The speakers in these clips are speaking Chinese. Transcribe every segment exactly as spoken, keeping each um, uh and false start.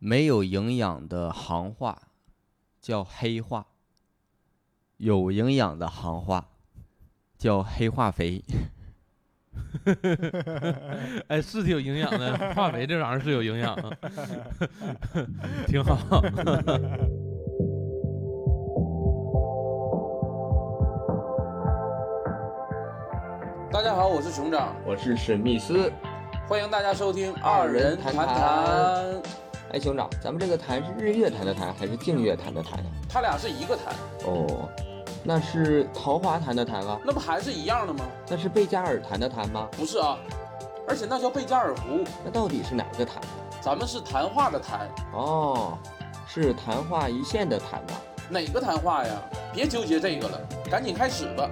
没有营养的行话叫黑话，有营养的行话叫黑化肥。 哎，是挺有营养的，化肥这玩意儿是有营养啊，挺好。大家好，我是熊掌， 我是史密斯， 欢迎大家收听二人谈谈谈。哎，熊掌，咱们这个谈是日月潭的谈还是净月潭的潭呀？ 他俩是一个潭。 哦，那是桃花潭的潭啊？ 那不还是一样的吗？ 那是贝加尔潭的潭吗？ 不是啊，而且那叫贝加尔湖。 那到底是哪个潭？ 咱们是谈话的谈。 哦，是昙花一现的昙吧？ 哪个谈话呀？别纠结这个了，赶紧开始吧。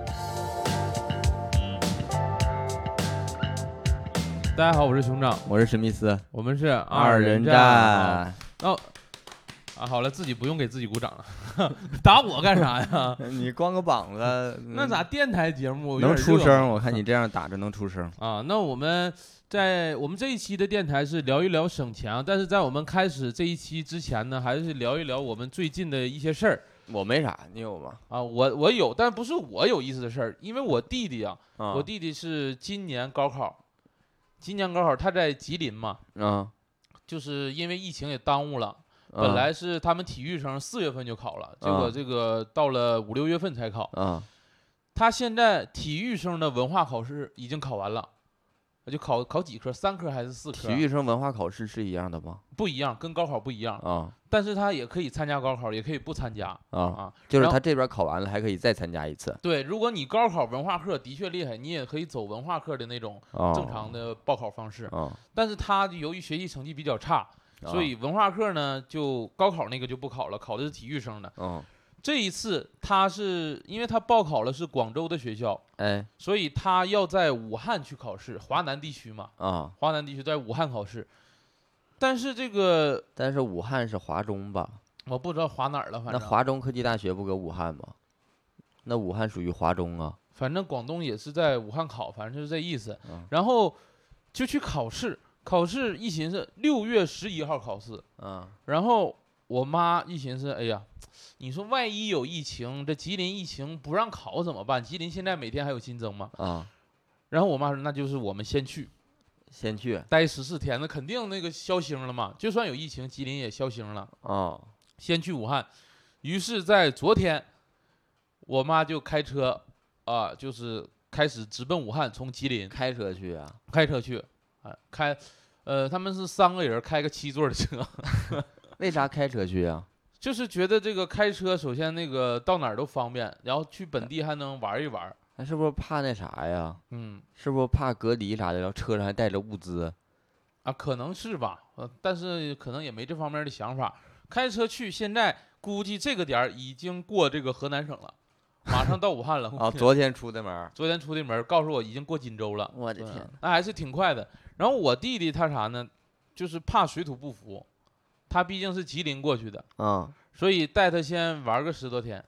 大家好，我是熊掌， 我是史密斯， 我们是二人战。 哦，啊，好了，自己不用给自己鼓掌了，打我干啥呀？ 你光个膀子， 那咋电台节目能出声？我看你这样打着能出声啊。那我们在我们这一期的电台是聊一聊省钱，但是在我们开始这一期之前呢，还是聊一聊我们最近的一些事儿。 我没啥，你有吗？ 啊，我我有，但不是我有意思的事儿，因为我弟弟啊， 啊我弟弟是今年高考。今年高考他在吉林嘛， 嗯， 就是因为疫情也耽误了， 嗯本来是他们体育生四月份就考了，结果这个到了五六月份才考。 嗯， 他现在体育生的文化考试已经考完了，就考考几科，三科还是四科？ 体育生文化考试是一样的吗？ 不一样，跟高考不一样啊。 但是他也可以参加高考，也可以不参加啊啊。 就是他这边考完了，还可以再参加一次。 对，如果你高考文化课的确厉害，你也可以走文化课的那种正常的报考方式。 哦、 但是他由于学习成绩比较差，哦、所以文化课呢就高考那个就不考了，考的是体育生的。 哦、 这一次他是因为他报考了是广州的学校， 哎， 所以他要在武汉去考试，华南地区嘛， 啊， 华南地区在武汉考试。但是这个， 但是武汉是华中吧？ 我不知道华哪儿了，反正那华中科技大学不搁武汉吗？那武汉属于华中啊。 反正广东也是在武汉考，反正就是这意思。 嗯、 然后就去考试，考试一寻思六月十一号考试， 嗯， 然后我妈一寻思，哎呀，你说万一有疫情，这吉林疫情不让考怎么办？吉林现在每天还有新增吗？ 啊， 然后我妈说，那就是我们先去。 先去待十四天，那肯定那个消星了嘛。就算有疫情，吉林也消星了。 哦， 先去武汉。于是，在昨天，我妈就开车啊，就是开始直奔武汉，从吉林开车去啊， 开车去，啊，开，呃，他们是三个人开个七座的车。 为啥开车去啊？ 就是觉得这个开车，首先那个到哪儿都方便，然后去本地还能玩一玩。 那是不是怕那啥呀？ 嗯， 是不是怕隔离啥的？然后车上还带着物资， 啊，可能是吧，呃，但是可能也没这方面的想法。开车去，现在估计这个点儿已经过这个河南省了，马上到武汉了。 啊，昨天出的门， 昨天出的门，告诉我已经过锦州了。 我的天， 那还是挺快的。然后我弟弟他啥呢？就是怕水土不服，他毕竟是吉林过去的， 嗯， 所以带他先玩个十多天。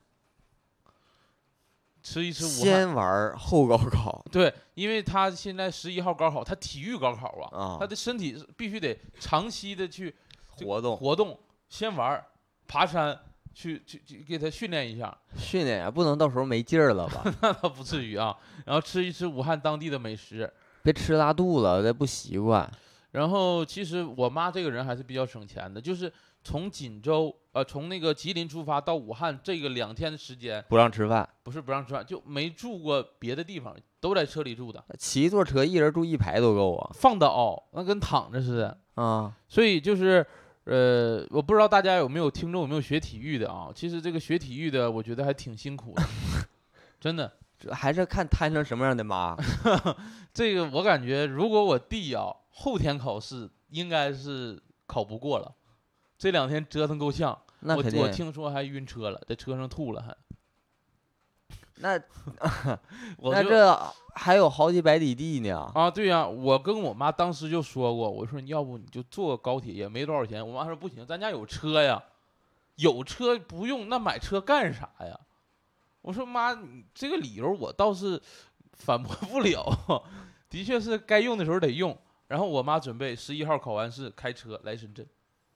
吃一吃武汉， 先玩后高考。 对，因为他现在十一号高考，他体育高考啊， 啊他的身体必须得长期的去活动活动，先玩爬山，去去去给他训练一下。 训练呀，不能到时候没劲儿了吧？ 那倒不至于啊。然后吃一吃武汉当地的美食， 别吃拉肚子，这不习惯。 然后其实我妈这个人还是比较省钱的，就是从锦州呃从那个吉林出发到武汉这个两天的时间不让吃饭， 不是不让吃饭，就没住过别的地方，都在车里住的。 骑一座车一人住一排都够啊， 放倒那跟躺着似的啊。 所以就是呃，我不知道大家有没有听众有没有学体育的啊？其实这个学体育的，我觉得还挺辛苦的，真的。 这还是看摊成什么样的妈。 这个我感觉，如果我弟啊后天考试，应该是考不过了。这两天折腾够呛， 那肯定。 我我听说还晕车了，在车上吐了还。 那那这还有好几百里地呢。 啊，对呀、啊，我跟我妈当时就说过，我说你要不你就坐高铁，也没多少钱。我妈说不行，咱家有车呀，有车不用，那买车干啥呀？我说妈，你这个理由我倒是反驳不了，的确是该用的时候得用。然后我妈准备十一号考完试开车来深圳。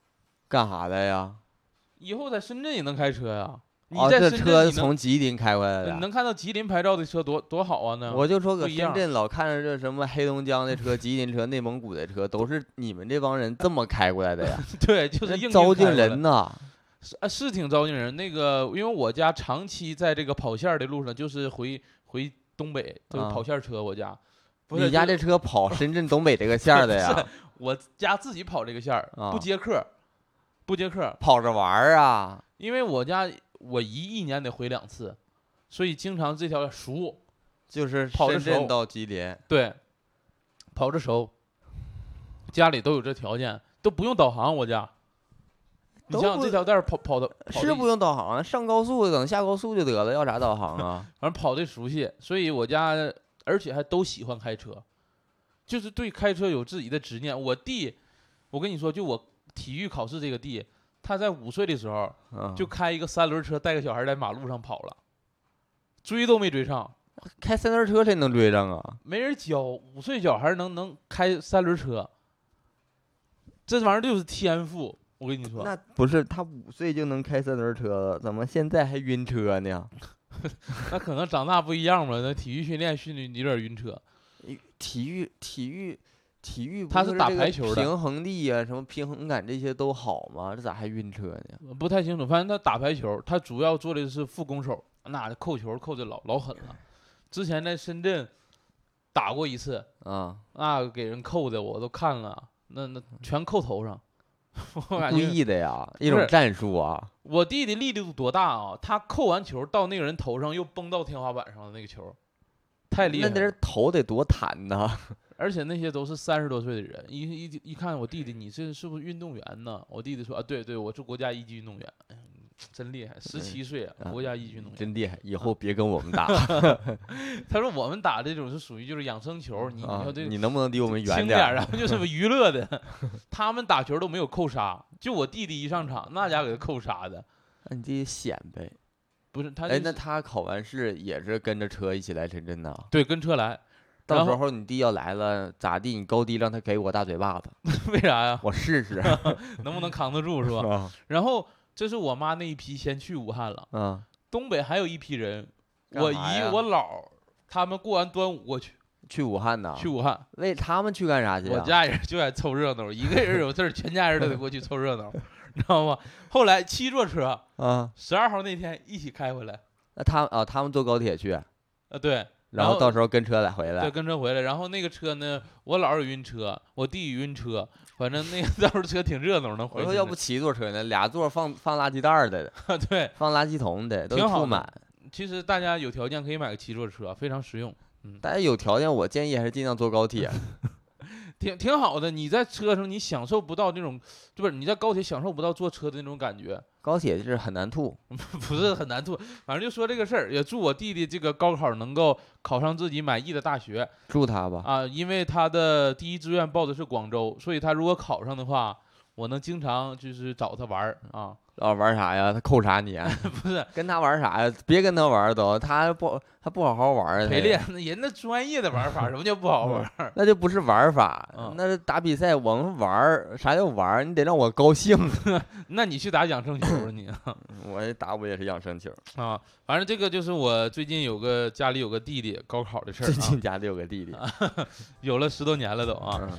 干啥的呀？ 以后在深圳也能开车呀。你哦，这在深圳车你能从吉林开回来的。 你能看到吉林牌照的车多多好啊！那我就说搁不一样深圳老看着这什么黑龙江的车、吉林车、内蒙古的车，都是你们这帮人这么开过来的呀？ 对，就是硬糟践硬开过来人呐！ 是啊，是挺糟践人。那个，因为我家长期在这个跑线儿的路上，就是回回东北，就是啊跑线儿车。我家，不是你家就这车跑深圳、东北这个线儿的是呀？ 我家自己跑这个线儿， 啊不接客，不接客， 跑着玩儿啊？ 因为我家我一一年得回两次，所以经常这条熟， 就是跑着熟深圳到吉林。 对，跑着熟，家里都有这条件，都不用导航。我家，你都不像这条道儿跑跑的，跑得是不用导航啊，上高速等下高速就得了，要啥导航啊？ 反正跑的熟悉，所以我家而且还都喜欢开车，就是对开车有自己的执念。我弟，我跟你说，就我体育考试这个弟，他在五岁的时候嗯就开一个三轮车，带个小孩在马路上跑了，追都没追上， 开三轮车谁能追上啊？ 没人教。五岁小孩能能开三轮车，这玩意儿就是天赋。我跟你说， 那不是他五岁就能开三轮车了，怎么现在还晕车呢？ 那可能长大不一样吧。那体育训练训练有点晕车。 体育体育体育， 他是打这个排球的平衡力呀、什么平衡感这些都好吗？这咋还晕车呢？ 不太清楚，反正他打排球，他主要做的是副攻手，那扣球扣的老老狠了。之前在深圳打过一次， 啊， 那给人扣的我都看了，那那全扣头上。我感故觉意的呀，一不是种战术啊。 我弟弟力度多大啊！他扣完球到那个人头上，又崩到天花板上的那个球，太厉害了。 那这头得多弹呐！ 而且那些都是三十多岁的人，一一一看我弟弟，你这是不是运动员呢？我弟弟说啊，对对，我是国家一级运动员。哎呀真厉害，十七岁啊， 啊国家一级运动员， 真厉害，以后别跟我们打。 他说我们打这种是属于就是养生球，你、 啊你要这你能不能离我们远轻点儿？ 然后就是娱乐的。他们打球都没有扣杀，就我弟弟一上场，那家给他扣杀的。 那你这显摆。 不是他、 哎，那他考完试也是跟着车一起来深圳呢？ 对跟车来， 到时候你弟要来了，咋地？你高低让他给我大嘴巴子， 为啥呀？ 我试试。 能不能扛得住是吧？ 啊然后这是我妈那一批先去武汉了， 啊！ 东北还有一批人，我干啥呀姨我姥他们过完端午过去， 去武汉呐？ 去武汉。 为他们去干啥去啊？ 我家人就爱凑热闹，一个人有事儿，全家人都得过去凑热闹，你知道吗？后来七座车， 啊， 十二号那天一起开回来， 那他啊，他们坐高铁去， 呃，对， 然然后后到时候跟车来回对， 来。 跟车回来。然后那个车呢，我姥儿也晕车，我弟也晕车，反正那个到时候车挺热闹，能回去。 我说要不七座车呢？俩座放放垃圾袋儿的， 对， 放垃圾桶的，都挺好的铺满。 其实大家有条件可以买个七座车，非常实用。嗯， 大家有条件，我建议还是尽量坐高铁。 挺挺好的。你在车上你享受不到那种，不是你在高铁享受不到坐车的那种感觉， 高铁就是很难吐。 不是很难吐。反正就说这个事儿，也祝我弟弟这个高考能够考上自己满意的大学祝他吧。 啊，因为他的第一志愿报的是广州，所以他如果考上的话，我能经常就是找他玩儿啊。 啊，玩啥呀？他扣啥你啊？ 不是跟他玩啥呀？别跟他玩儿都，他不他不好好玩儿。 陪练，那人那专业的玩法，什么叫不好玩儿？ 那就不是玩法， 嗯那是打比赛。我们玩儿啥叫玩儿？你得让我高兴。 那你去打养生球了你我打我也是养生球。 啊？反正这个就是我最近有个家里有个弟弟高考的事儿最啊， 近家里有个弟弟有了十多年了都啊。 嗯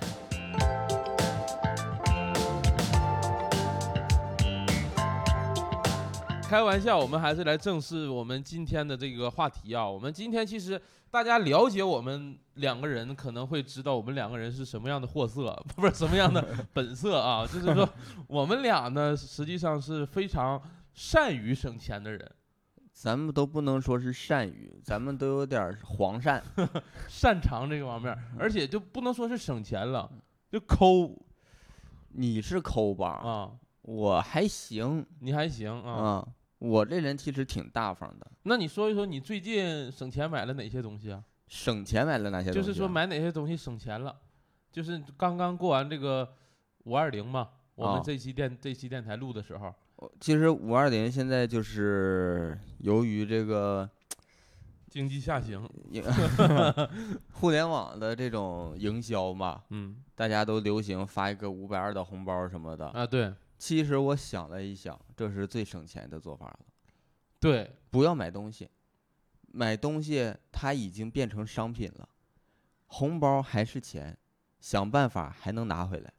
开玩笑，我们还是来正视我们今天的这个话题啊。我们今天其实大家了解我们两个人，可能会知道我们两个人是什么样的货色，不是什么样的本色啊。就是说，我们俩呢，实际上是非常善于省钱的人， 咱们都不能说是善于，咱们都有点黄鳝。 擅长这个方面，而且就不能说是省钱了，就抠你是抠吧？ 啊。 我还行你还行啊。 啊。我这人其实挺大方的。 那你说一说，你最近省钱买了哪些东西啊？ 省钱买了哪些东西啊？ 就是说买哪些东西省钱了？就是刚刚过完这个五二零嘛，我们啊这期电这期电台录的时候， 其实五二零现在就是由于这个经济下行， 互联网的这种营销嘛， 嗯大家都流行发一个五百二的红包什么的。 啊对， 其实我想了一想，这是最省钱的做法了。 对， 不要买东西，买东西它已经变成商品了，红包还是钱，想办法还能拿回来。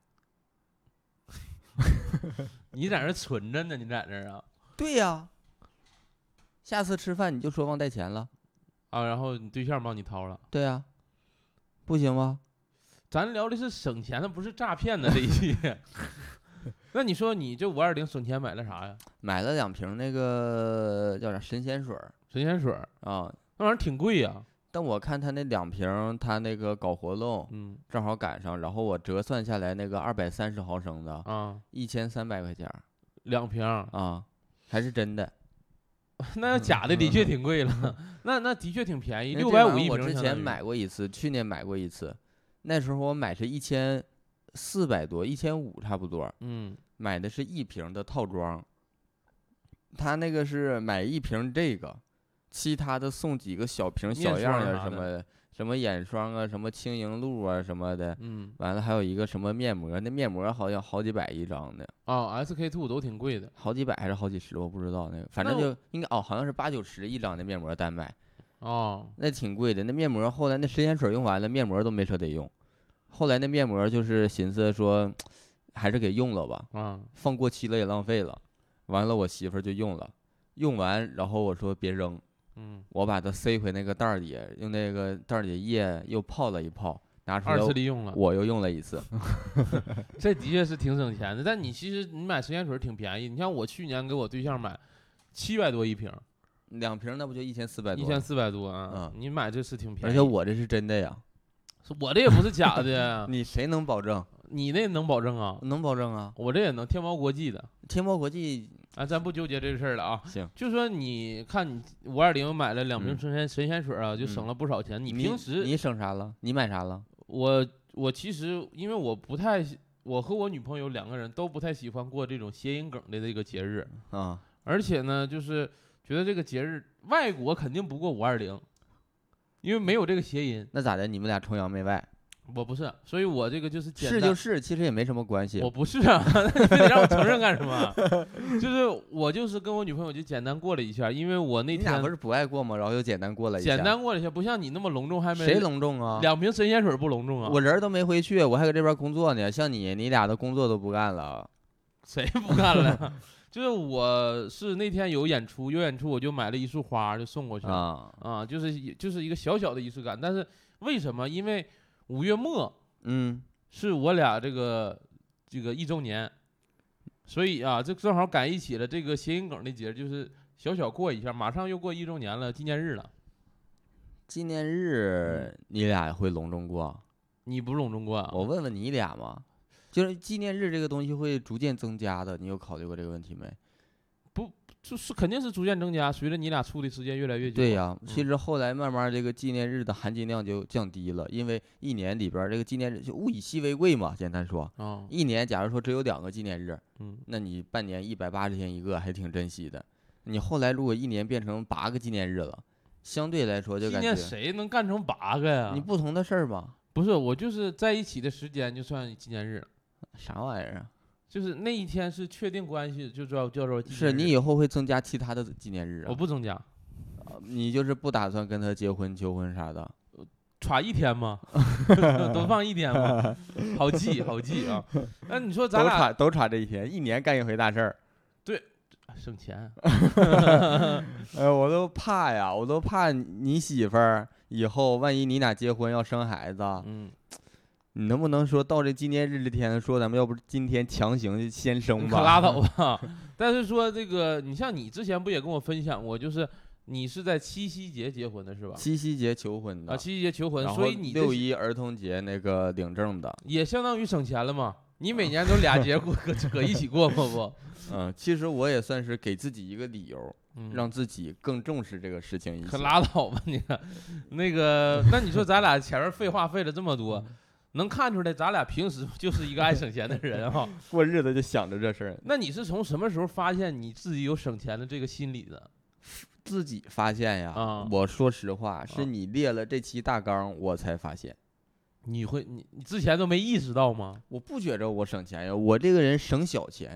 你在那存着呢，你在那儿啊？ 对呀，下次吃饭你就说忘带钱了啊，然后你对象帮你掏了。 对呀，不行吗？ 咱聊的是省钱的，不是诈骗的这一期。那你说你这五二零省钱买了啥呀？ 买了两瓶那个叫啥神仙水神仙水啊， 那玩意儿挺贵呀。 但我看他那两瓶，他那个搞活动， 嗯， 正好赶上，然后我折算下来那个二百三十毫升的啊， 一千三百块钱两瓶啊，还是真的。 那要假的的确挺贵了，那那的确挺便宜，六这百五一瓶。 我之前买过一次，去年买过一次，那时候我买是一千四百多，一千五差不多。 嗯， 买的是一瓶的套装，他那个是买一瓶这个，其他的送几个小瓶小样啊，什么什么眼霜啊，什么轻盈露啊什么的。 嗯， 完了还有一个什么面膜，那面膜好像好几百一张的。 哦 ，S K two 都挺贵的， 好几百还是好几十，我不知道那个，反正就应该哦，好像是八九十一张的面膜单买。 哦， 那挺贵的。那面膜后来那神仙水用完了，面膜都没舍得用。后来那面膜就是寻思说，还是给用了吧， 啊， 放过期了也浪费了。完了我媳妇儿就用了，用完然后我说别扔， 嗯， 我把它塞回那个袋里，用那个袋里的液又泡了一泡，拿出来二次利用了， 我又用了一次。 这的确是挺省钱的。但你其实你买神仙水挺便宜，你像我去年给我对象买七百多一瓶， 两瓶那不就一千四百多？ 一千四百多啊！ 嗯， 你买这是挺便宜， 而且我这是真的呀， 我这也不是假的呀。 你谁能保证？ 你那能保证啊？ 能保证啊？ 我这也能，天猫国际的。 天猫国际啊，咱不纠结这个事儿了啊。 行， 就说你看你五二零买了两瓶嗯神仙神仙水啊，就省了不少钱。你平时你省啥了？你买啥了？ 我我其实因为我不太，我和我女朋友两个人都不太喜欢过这种谐音梗的这个节日啊， 而且呢，就是觉得这个节日外国肯定不过五二零，因为没有这个谐音。 那咋的？你们俩崇洋媚外？ 我不是，所以我这个就是简单是就是，其实也没什么关系。 我不是啊，那你非得让我承认干什么？就是我就是跟我女朋友就简单过了一下，因为我那天你俩不是不爱过吗？然后又简单过了一下。 简单过了一下，不像你那么隆重，还没谁隆重啊？ 两瓶神仙水不隆重啊？ 我人都没回去，我还搁这边工作呢。像你，你俩的工作都不干了。 谁不干了？就是我是那天有演出，有演出我就买了一束花就送过去啊啊，就是就是一个小小的仪式感。但是为什么？因为五月末。 嗯， 是我俩这个这个一周年，所以啊，这正好赶一起了这个谐音梗的节，就是小小过一下，马上又过一周年了，纪念日了。 纪念日你俩会隆重过？ 你不隆重过啊？ 我问问你俩嘛，就是纪念日这个东西会逐渐增加的，你有考虑过这个问题没？ 不，就是肯定是逐渐增加，随着你俩处的时间越来越久。 对呀、 嗯， 其实后来慢慢这个纪念日的含金量就降低了，因为一年里边这个纪念日就物以稀为贵嘛，简单说。 哦， 一年假如说只有两个纪念日， 嗯， 那你半年一百八十天一个，还挺珍惜的。你后来如果一年变成八个纪念日了，相对来说就感觉纪念谁能干成八个呀？ 你不同的事儿嘛。 不是，我就是在一起的时间就算纪念日。 啥玩意儿啊？ 就是那一天是确定关系，就叫叫做纪念日。 是你以后会增加其他的纪念日啊？ 我不增加。 你就是不打算跟他结婚、求婚啥的？ 歘一天吗？都放一天吗？好记好记啊！那你说咱俩都差这一天，一年干一回大事儿。 对，省钱。 哎，我都怕呀，我都怕你媳妇儿以后万一你俩结婚要生孩子， 嗯， 你能不能说到这纪念日这天，说咱们要不今天强行先生吧？ 可拉倒吧！但是说这个，你像你之前不也跟我分享过，就是你是在七夕节结婚的是吧？ 七夕节求婚的啊，七夕节求婚，所以你六一儿童节那个领证的， 也相当于省钱了嘛。你每年都俩节过搁搁一起过吗？不？ 嗯，其实我也算是给自己一个理由， 嗯、 让自己更重视这个事情一些。 可拉倒吧你！那个，那你说咱俩前面废话费了这么多，能看出来咱俩平时就是一个爱省钱的人哈、啊。 过日子就想着这事儿。 那你是从什么时候发现你自己有省钱的这个心理的？ 自己发现呀？ 啊、 我说实话，是你列了这期大纲，我才发现。 你会，你你之前都没意识到吗？ 我不觉着我省钱呀，我这个人省小钱。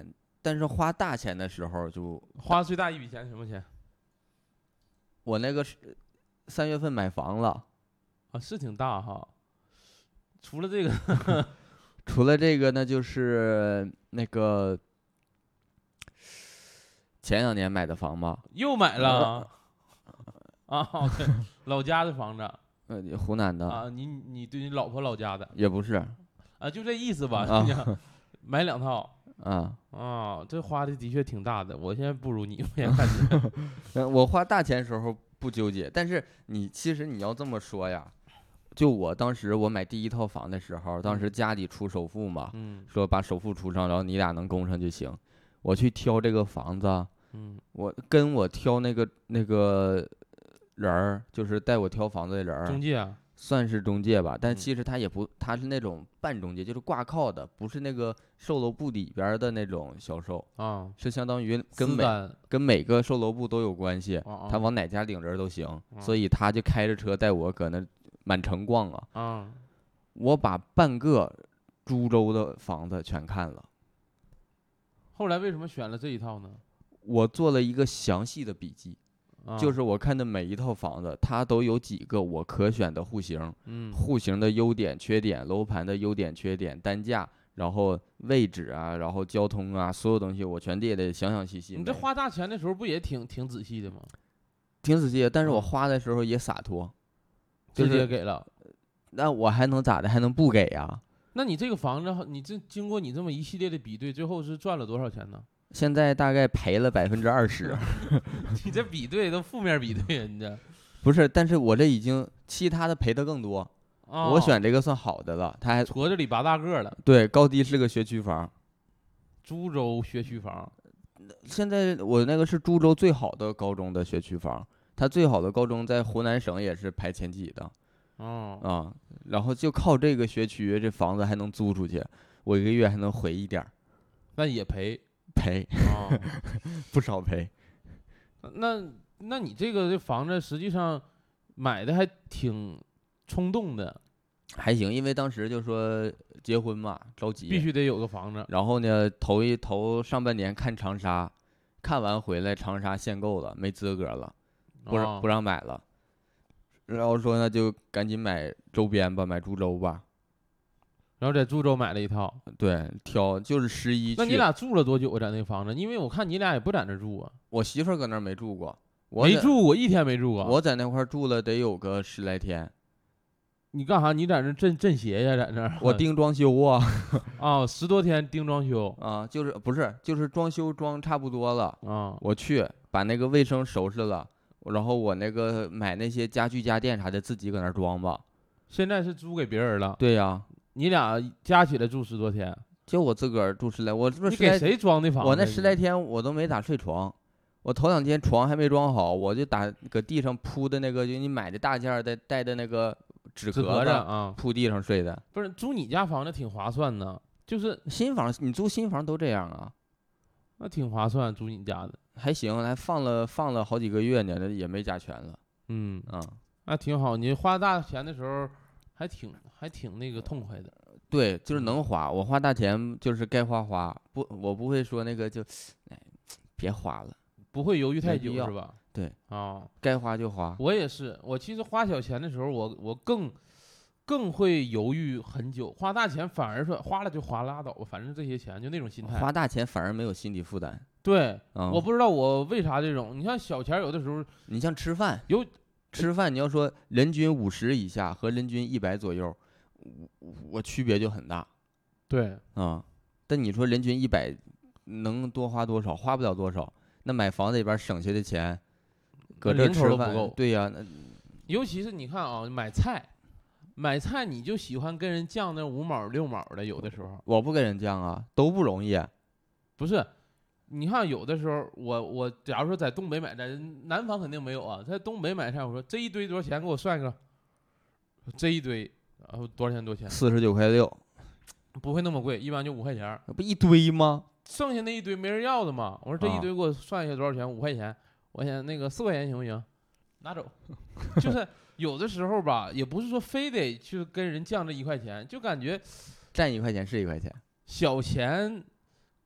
但是花大钱的时候就花最大一笔钱什么钱？ 我那个是三月份买房了啊，是挺大哈。除了这个， 除了这个呢，就是那个前两年买的房嘛， 又买了啊？对，老家的房子， 呃，湖南的啊，你你对你老婆老家的也不是啊，就这意思吧？ 啊买两套啊啊，这花的的确挺大的。我现在不如你，我也感觉。 呃我花大钱时候不纠结，但是你其实你要这么说呀，就我当时我买第一套房的时候，当时家里出首付嘛， 嗯说把首付出上，然后你俩能供上就行。我去挑这个房子， 嗯我跟我挑那个那个人儿，就是带我挑房子的人儿， 中介啊， 算是中介吧，但嗯其实他也不，他是那种半中介，就是挂靠的，不是那个售楼部里边儿的那种销售， 啊， 是相当于跟每私单跟每个售楼部都有关系， 啊他往哪家领人都行， 啊所以他就开着车带我搁那满城逛啊。 啊， 我把半个株洲的房子全看了， 后来为什么选了这一套呢？ 我做了一个详细的笔记， 啊、 就是我看的每一套房子，它都有几个我可选的户型， 嗯户型的优点、缺点，楼盘的优点、缺点，单价，然后位置啊，然后交通啊，所有东西我全列得详详细细。 你这花大钱的时候不也挺挺仔细的吗？ 挺仔细的，但是我嗯花的时候也洒脱，就直接是给了。 那我还能咋的？还能不给呀？ 那你这个房子，你这经过你这么一系列的比对，最后是赚了多少钱呢？ 现在大概赔了百分之二十， 你这比对都负面比对啊，你这。 不是，但是我这已经其他的赔的更多。 哦、 我选这个算好的了，它还矬子里拔大个了。 对高低是个学区房。 株洲学区房， 现在我那个是株洲最好的高中的学区房，它最好的高中在湖南省也是排前几的。 哦啊，然后就靠这个学区，这房子还能租出去，我一个月还能回一点儿， 那也赔赔啊、哦， 不少赔。 那那你这个这房子实际上买的还挺冲动的， 还行，因为当时就说结婚嘛，着急， 必须得有个房子。 然后呢，头一头上半年看长沙，看完回来长沙限购了，没资格了，不让、 哦、 不让买了。然后说那就赶紧买周边吧，买株洲吧。 然后在株洲买了一套。 对，挑就是十一。 那你俩住了多久啊？在那个房子？因为我看你俩也不在那儿住啊。 我媳妇儿搁那儿没住过，我没住过，一天没住过。 我在那块儿住了得有个十来天。 你干啥？你在那镇镇邪呀？在那儿？ 我盯装修啊。 啊，十多天盯装修啊，就是不是就是装修装差不多了啊， 我去把那个卫生收拾了。然后我那个买那些家具家电啥的，自己搁那装吧。 现在是租给别人了。 对呀、啊， 你俩加起来住十多天， 就我自个儿住十来，我这你给谁装的房子？ 我那十来天我都没咋睡床，我头两天床还没装好，我就打搁地上铺的那个，就你买的大件儿带带的那个纸壳子啊， 铺地上睡的。 不是租你家房子挺划算呢，就是新房你租新房都这样啊。 那挺划算，租你家的还行，还放了放了好几个月呢，也没加全了。 嗯啊， 那挺好。你花大钱的时候，还挺还挺那个痛快的。 对，就是能花，我花大钱就是该花花，不，我不会说那个就，哎，别花了， 不会犹豫太久是吧？ 对啊、哦， 该花就花。 我也是，我其实花小钱的时候，我我更更会犹豫很久，花大钱反而说花了就花拉倒吧，反正这些钱就那种心态。 花大钱反而没有心理负担。 对， 嗯、 我不知道我为啥这种。你像小钱有的时候， 你像吃饭有吃饭，你要说人均五十以下和人均一百左右，我我区别就很大。 对， 啊、嗯，但你说人均一百能多花多少？花不了多少。那买房子里边省下的钱，搁这吃饭不够。 对呀、啊，那尤其是你看啊，买菜。买菜你就喜欢跟人犟那五毛六毛的，有的时候我不跟人犟啊，都不容易。 不是，你看有的时候我我假如说在东北买菜，南方肯定没有啊，在东北买菜，我说这一堆多少钱？给我算一个。这一堆，然后多少钱？多少钱？ 四十九块六， 不会那么贵，一般就五块钱。 不一堆吗？ 剩下那一堆没人要的嘛。我说这一堆给我算一下多少钱？五块钱，我想那个四块钱行不行？拿走。就是有的时候吧，也不是说非得去跟人犟这一块钱，就感觉占一块钱是一块钱， 小钱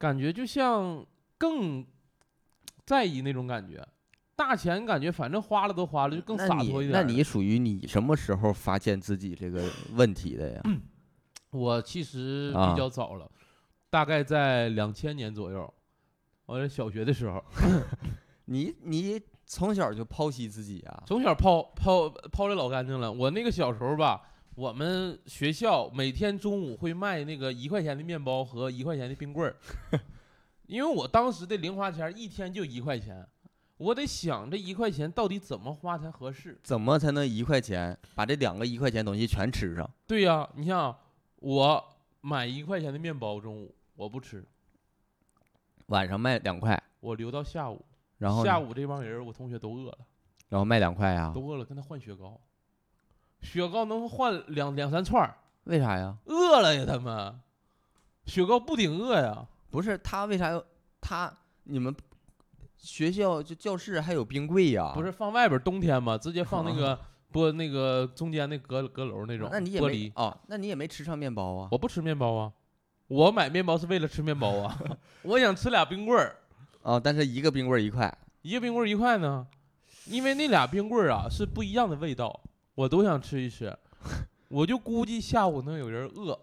感觉就像更在意那种感觉。大钱感觉反正花了都花了，就更洒脱一点。 那你属于你什么时候发现自己这个问题的呀？ 嗯、我其实比较早了，啊、大概在两千年左右，我在小学的时候。 你你从小就剖析自己啊？ 从小抛抛抛的老干净了。我那个小时候吧，我们学校每天中午会卖那个一块钱的面包和一块钱的冰棍儿，因为我当时的零花钱一天就一块钱。我得想这一块钱到底怎么花才合适？ 怎么才能一块钱把这两个一块钱东西全吃上？ 对呀、啊，你像我买一块钱的面包，中午我不吃， 晚上卖两块， 我留到下午， 然后下午这帮人我同学都饿了， 然后卖两块呀， 都饿了，跟他换雪糕，雪糕能换两两三串， 为啥呀？ 饿了呀，他们雪糕不顶饿呀。 不是他为啥要他你们？学校就教室还有冰柜呀？ 不是放外边，冬天嘛，直接放那个玻那个中间那阁阁楼那种那你也玻璃哦，那你也没吃上面包啊？ 我不吃面包啊，我买面包是为了吃面包啊，我想吃俩冰棍儿哦，但是一个冰棍儿一块， 一个冰棍儿一块呢，因为那俩冰棍儿啊是不一样的味道，我都想吃一吃，我就估计下午能有人饿，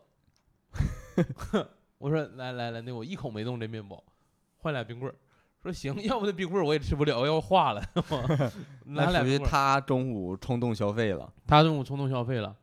我说来来来，那我一口没动这面包，换俩冰棍儿。说行，要不那冰棍我也吃不了，要化了。 那属于他中午冲动消费了。 他中午冲动消费了。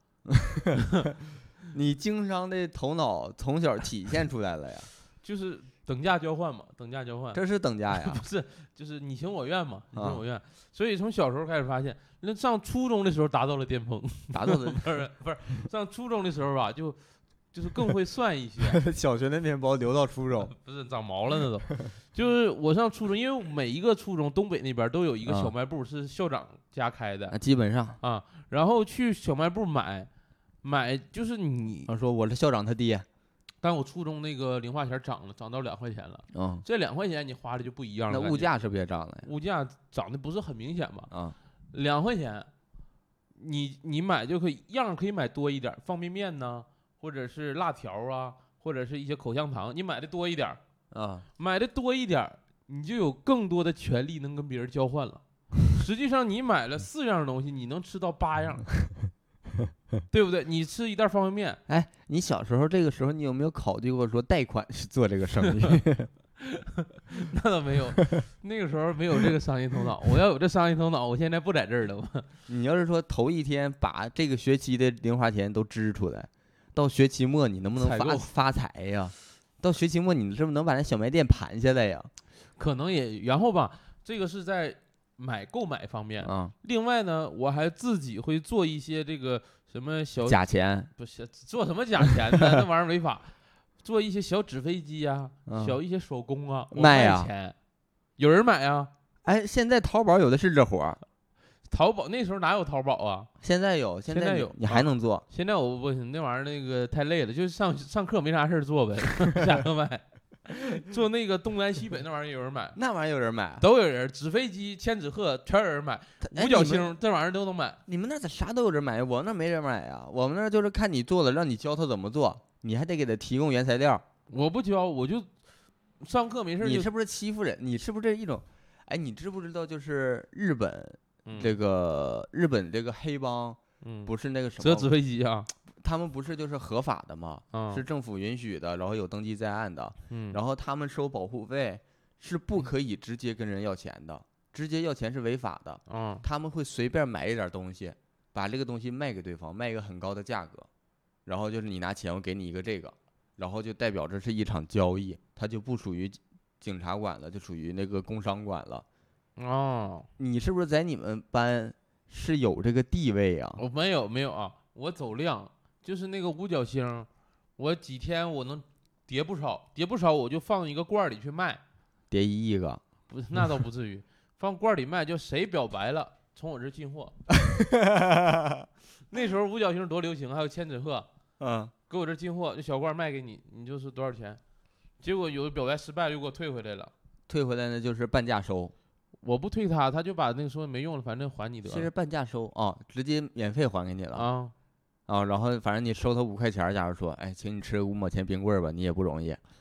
你经商的头脑从小体现出来了呀。 就是等价交换嘛，等价交换。 这是等价呀？ 不是，就是你情我愿嘛，你情我愿。啊、所以从小时候开始发现，那上初中的时候达到了巅峰， 达到了不是不是上初中的时候吧，就。就是更会算一些。 小学的面包留到初中， 不是长毛了那都。就是我上初中，因为每一个初中东北那边都有一个小卖部，是校长家开的， 啊、基本上啊，然后去小卖部买，买就是你， 他说我是校长他爹， 但我初中那个零花钱涨了，涨到两块钱了， 嗯， 这两块钱你花的就不一样了。 那物价是不是也涨了呀？ 物价涨的不是很明显吧？ 啊， 两块钱，你你买就可以样可以买多一点，方便面呢。或者是辣条啊，或者是一些口香糖，你买的多一点啊， 买的多一点，你就有更多的权利能跟别人交换了。实际上，你买了四样东西，你能吃到八样，对不对？你吃一袋方便面， 哎，你小时候这个时候，你有没有考虑过说贷款去做这个生意？ 那倒没有，那个时候没有这个商业头脑。我要有这商业头脑，我现在不在这儿了。 你要是说头一天把这个学期的零花钱都支出来。到学期末你能不能发发财呀？到学期末你是不是能把那小卖店盘下来呀？ 可能也，然后吧，这个是在买购买方面啊。 另外呢，我还自己会做一些这个什么小假钱， 不是做什么假钱呢？那玩意儿违法。做一些小纸飞机啊， 嗯、 小一些手工啊， 卖呀、 啊，有人买啊。 哎，现在淘宝有的是这活儿。 淘宝那时候哪有淘宝啊？ 现在有， 现在有， 你还能做？ 啊、现在我不行，那玩意儿那个太累了，就是上上课没啥事做呗，下课买。做那个东南西北那玩意儿有人买， 那玩意儿有人买， 都有人。纸飞机、千纸鹤全有人买，五角星这玩意儿都能买。 你们那咋啥都有人买？我那没人买呀。我们那就是看你做了，让你教他怎么做，你还得给他提供原材料。 我不教，我就上课没事。 你是不是欺负人？你是不是一种？哎，你知不知道就是日本？这个日本这个黑帮， 嗯， 不是那个什么折纸飞机啊， 他们不是就是合法的吗？ 嗯、 是政府允许的，然后有登记在案的， 嗯， 然后他们收保护费是不可以直接跟人要钱的，直接要钱是违法的， 嗯， 他们会随便买一点东西，把这个东西卖给对方，卖一个很高的价格，然后就是你拿钱，我给你一个这个，然后就代表这是一场交易，它就不属于警察管了，就属于那个工商管了。 哦， 你是不是在你们班是有这个地位啊？ 我没有没有啊，我走量，就是那个五角星，我几天我能叠不少，叠不少我就放一个罐里去卖， 叠一亿个， 不是那倒不至于，放罐里卖，就谁表白了，从我这进货。那时候五角星多流行，还有千纸鹤， 嗯， 给我这进货，这小罐卖给你，你就是多少钱？结果有表白失败，又给我退回来了， 退回来呢就是半价收。 我不退他，他就把那个说没用了，反正还你得了。 其实半价收啊、哦，直接免费还给你了啊啊，然后反正你收他五块钱，假如说，哎，请你吃五毛钱冰棍吧，你也不容易，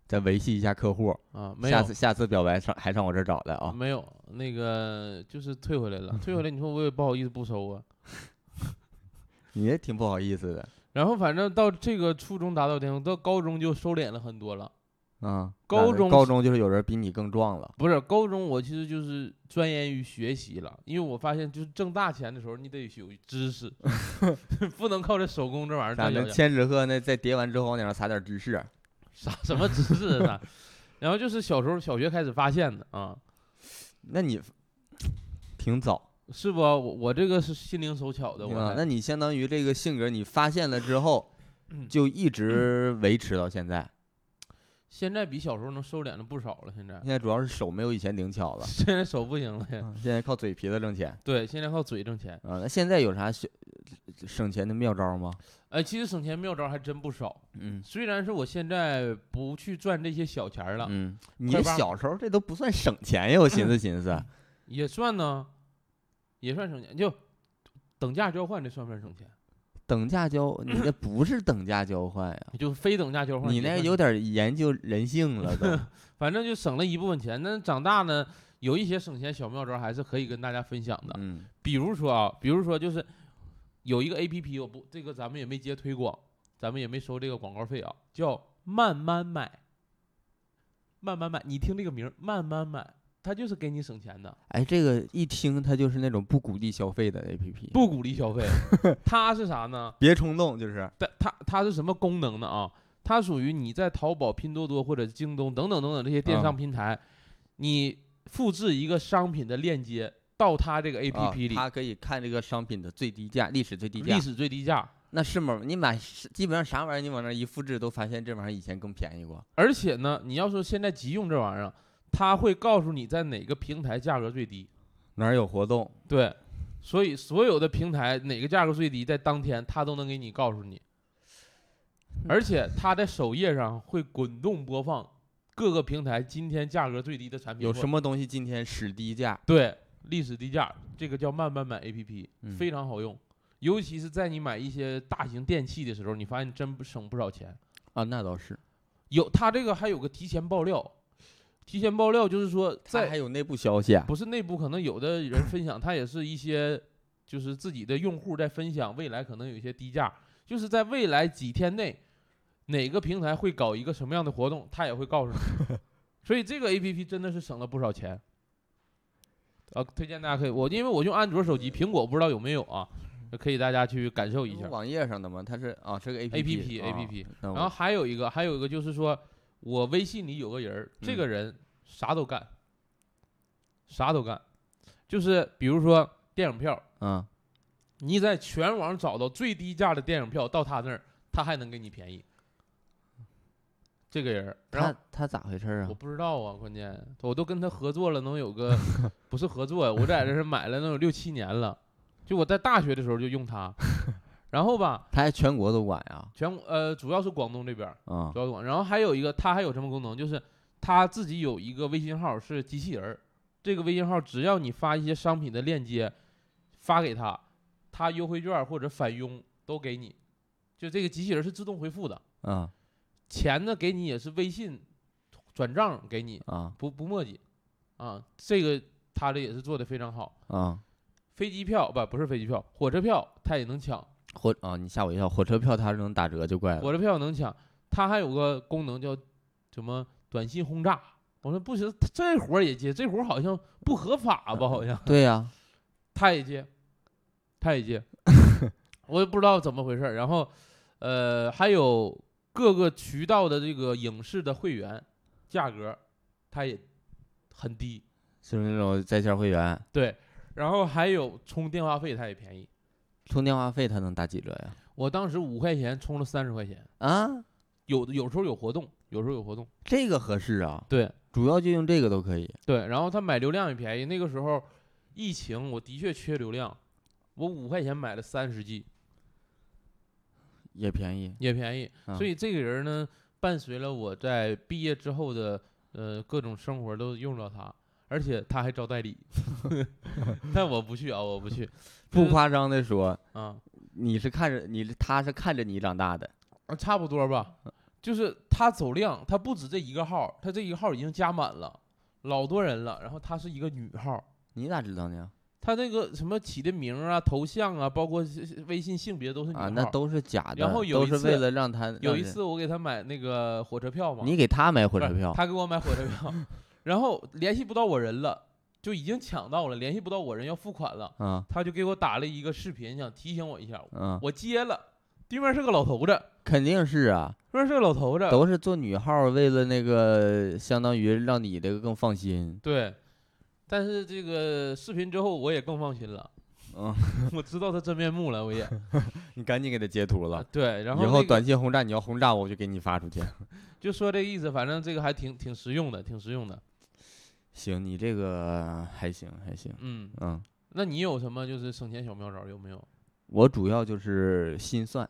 再维系一下客户啊，没有， 下次下次表白上还上我这儿找来啊？ 没有，那个就是退回来了，退回来你说我也不好意思不收啊。 你也挺不好意思的。 然后反正到这个初中达到巅峰，到高中就收敛了很多了。 啊， 高中高中就是有人比你更壮了。 不是，高中我其实就是钻研于学习了，因为我发现就是挣大钱的时候，你得有知识，不能靠这手工这玩意儿。 咱们千纸鹤那在叠完之后往顶上撒点芝士， 啥什么知识啊？然后就是小时候小学开始发现的啊。 那你挺早是不？我我这个是心灵手巧的。我、 啊、那你相当于这个性格，你发现了之后，就一直维持到现在。嗯现在比小时候能收敛了不少了。现在现在主要是手没有以前灵巧了， 现在手不行了呀、 嗯，现在靠嘴皮子挣钱。 对，现在靠嘴挣钱啊。那现在有啥省钱的妙招吗？ 哎，其实省钱妙招还真不少。 嗯， 虽然是我现在不去赚这些小钱了。 嗯，你小时候这都不算省钱呀，我寻思寻思。 也算呢，也算省钱。就等价交换，这算不算省钱？ 等价交，你这不是等价交换呀， 就非等价交换。 你那有点研究人性了都。 反正就省了一部分钱。那长大呢，有一些省钱小妙招还是可以跟大家分享的。 嗯， 比如说啊，比如说就是有一个 A P P， 我不这个咱们也没接推广，咱们也没收这个广告费啊，叫慢慢买。慢慢买，你听这个名，慢慢买。它就是给你省钱的。 哎，这个一听它就是那种不鼓励消费的 A P P。 不鼓励消费，它是啥呢？ 别冲动，就是。 但它它是什么功能呢啊？它属于你在淘宝、拼多多或者京东等等等等这些电商平台，嗯、你复制一个商品的链接到它这个 A P P 里， 它、啊、可以看这个商品的最低价，历史最低价。 历史最低价。 那是吗？你买基本上啥玩意儿，你往那一复制，都发现这玩意儿以前更便宜过。 而且呢，你要说现在急用这玩意儿。他会告诉你在哪个平台价格最低， 哪儿有活动。 对，所以所有的平台哪个价格最低，在当天他都能给你告诉你。而且他在首页上会滚动播放各个平台今天价格最低的产品。 有什么东西今天史低价？ 对，历史低价，这个叫慢慢买 A P P，、 嗯、 非常好用。尤其是在你买一些大型电器的时候，你发现真不省不少钱啊。那倒是。 有，他这个还有个提前爆料。提前爆料就是说，在还有内部消息啊？ 不是内部，可能有的人分享，他也是一些就是自己的用户在分享，未来可能有一些低价，就是在未来几天内，哪个平台会搞一个什么样的活动，他也会告诉你。所以这个 A P P 真的是省了不少钱。啊，推荐大家可以，我因为我用安卓手机，苹果不知道有没有啊，可以大家去感受一下。 网页上的吗？它是啊，是个 A P P P A P P，、 哦、 然后还有一个，还有一个就是说。我微信里有个人，这个人啥都干，嗯、啥都干，就是比如说电影票， 嗯， 你在全网找到最低价的电影票，到他那儿，他还能给你便宜。这个人， 他他咋回事啊？ 我不知道啊，关键我都跟他合作了，能有个不是合作，我在这是买了能有六七年了，就我在大学的时候就用它。然后吧， 他还全国都管呀？ 全呃，主要是广东这边， 嗯， 主要是管。然后还有一个，他还有什么功能？就是他自己有一个微信号是机器人，这个微信号只要你发一些商品的链接发给他，他优惠券或者返佣都给你，就这个机器人是自动回复的。 嗯， 钱呢给你也是微信转账给你啊， 不不墨迹啊，这个他这也是做的非常好啊。 飞机票不不是飞机票，火车票他也能抢。 火啊！你吓我一跳，火车票它是能打折就怪了。 火车票能抢，它还有个功能叫什么短信轰炸。我说不行，这活也接，这活好像不合法吧？好像。 对呀、啊， 他也接，他也接，我也不知道怎么回事。然后，呃，还有各个渠道的这个影视的会员价格，它也很低， 是那种在线会员。 对，然后还有充电话费，它也便宜。 充电话费它能打几折呀？ 我当时五块钱充了三十块钱啊， 有有时候有活动，有时候有活动， 这个合适啊。 对， 主要就用这个都可以。 对，然后他买流量也便宜。那个时候疫情，我的确缺流量，我五块钱买了三十 G， 也便宜， 也便宜。 啊、 所以这个人呢，伴随了我在毕业之后的呃各种生活都用到他。而且他还招代理，但我不去啊，我不去。 不夸张的说， 啊， 你是看着你，他是看着你长大的， 差不多吧。 就是他走量，他不止这一个号，他这一个号已经加满了，老多人了。然后他是一个女号， 你咋知道呢？ 他那个什么起的名啊、头像啊，包括微信性别都是女号啊，那都是假的。 然后有一次都是为了让他有一次我给他买那个火车票嘛， 你给他买火车票， 他给我买火车票，然后联系不到我人了，就已经抢到了，联系不到我人要付款了， 嗯， 他就给我打了一个视频，想提醒我一下， 嗯， 我接了，对面是个老头子， 肯定是啊， 对面是个老头子， 都是做女号，为了那个相当于让你这个更放心。 对，但是这个视频之后我也更放心了。 嗯， 我知道他真面目了，我也， 你赶紧给他截图了。 啊、对，然后、 那個、以后短信轰炸你要轰炸我，我就给你发出去。 就说这个意思，反正这个还挺挺实用的，挺实用的。 行，你这个还行还行。 嗯嗯， 那你有什么就是省钱小妙招有没有？ 我主要就是心算。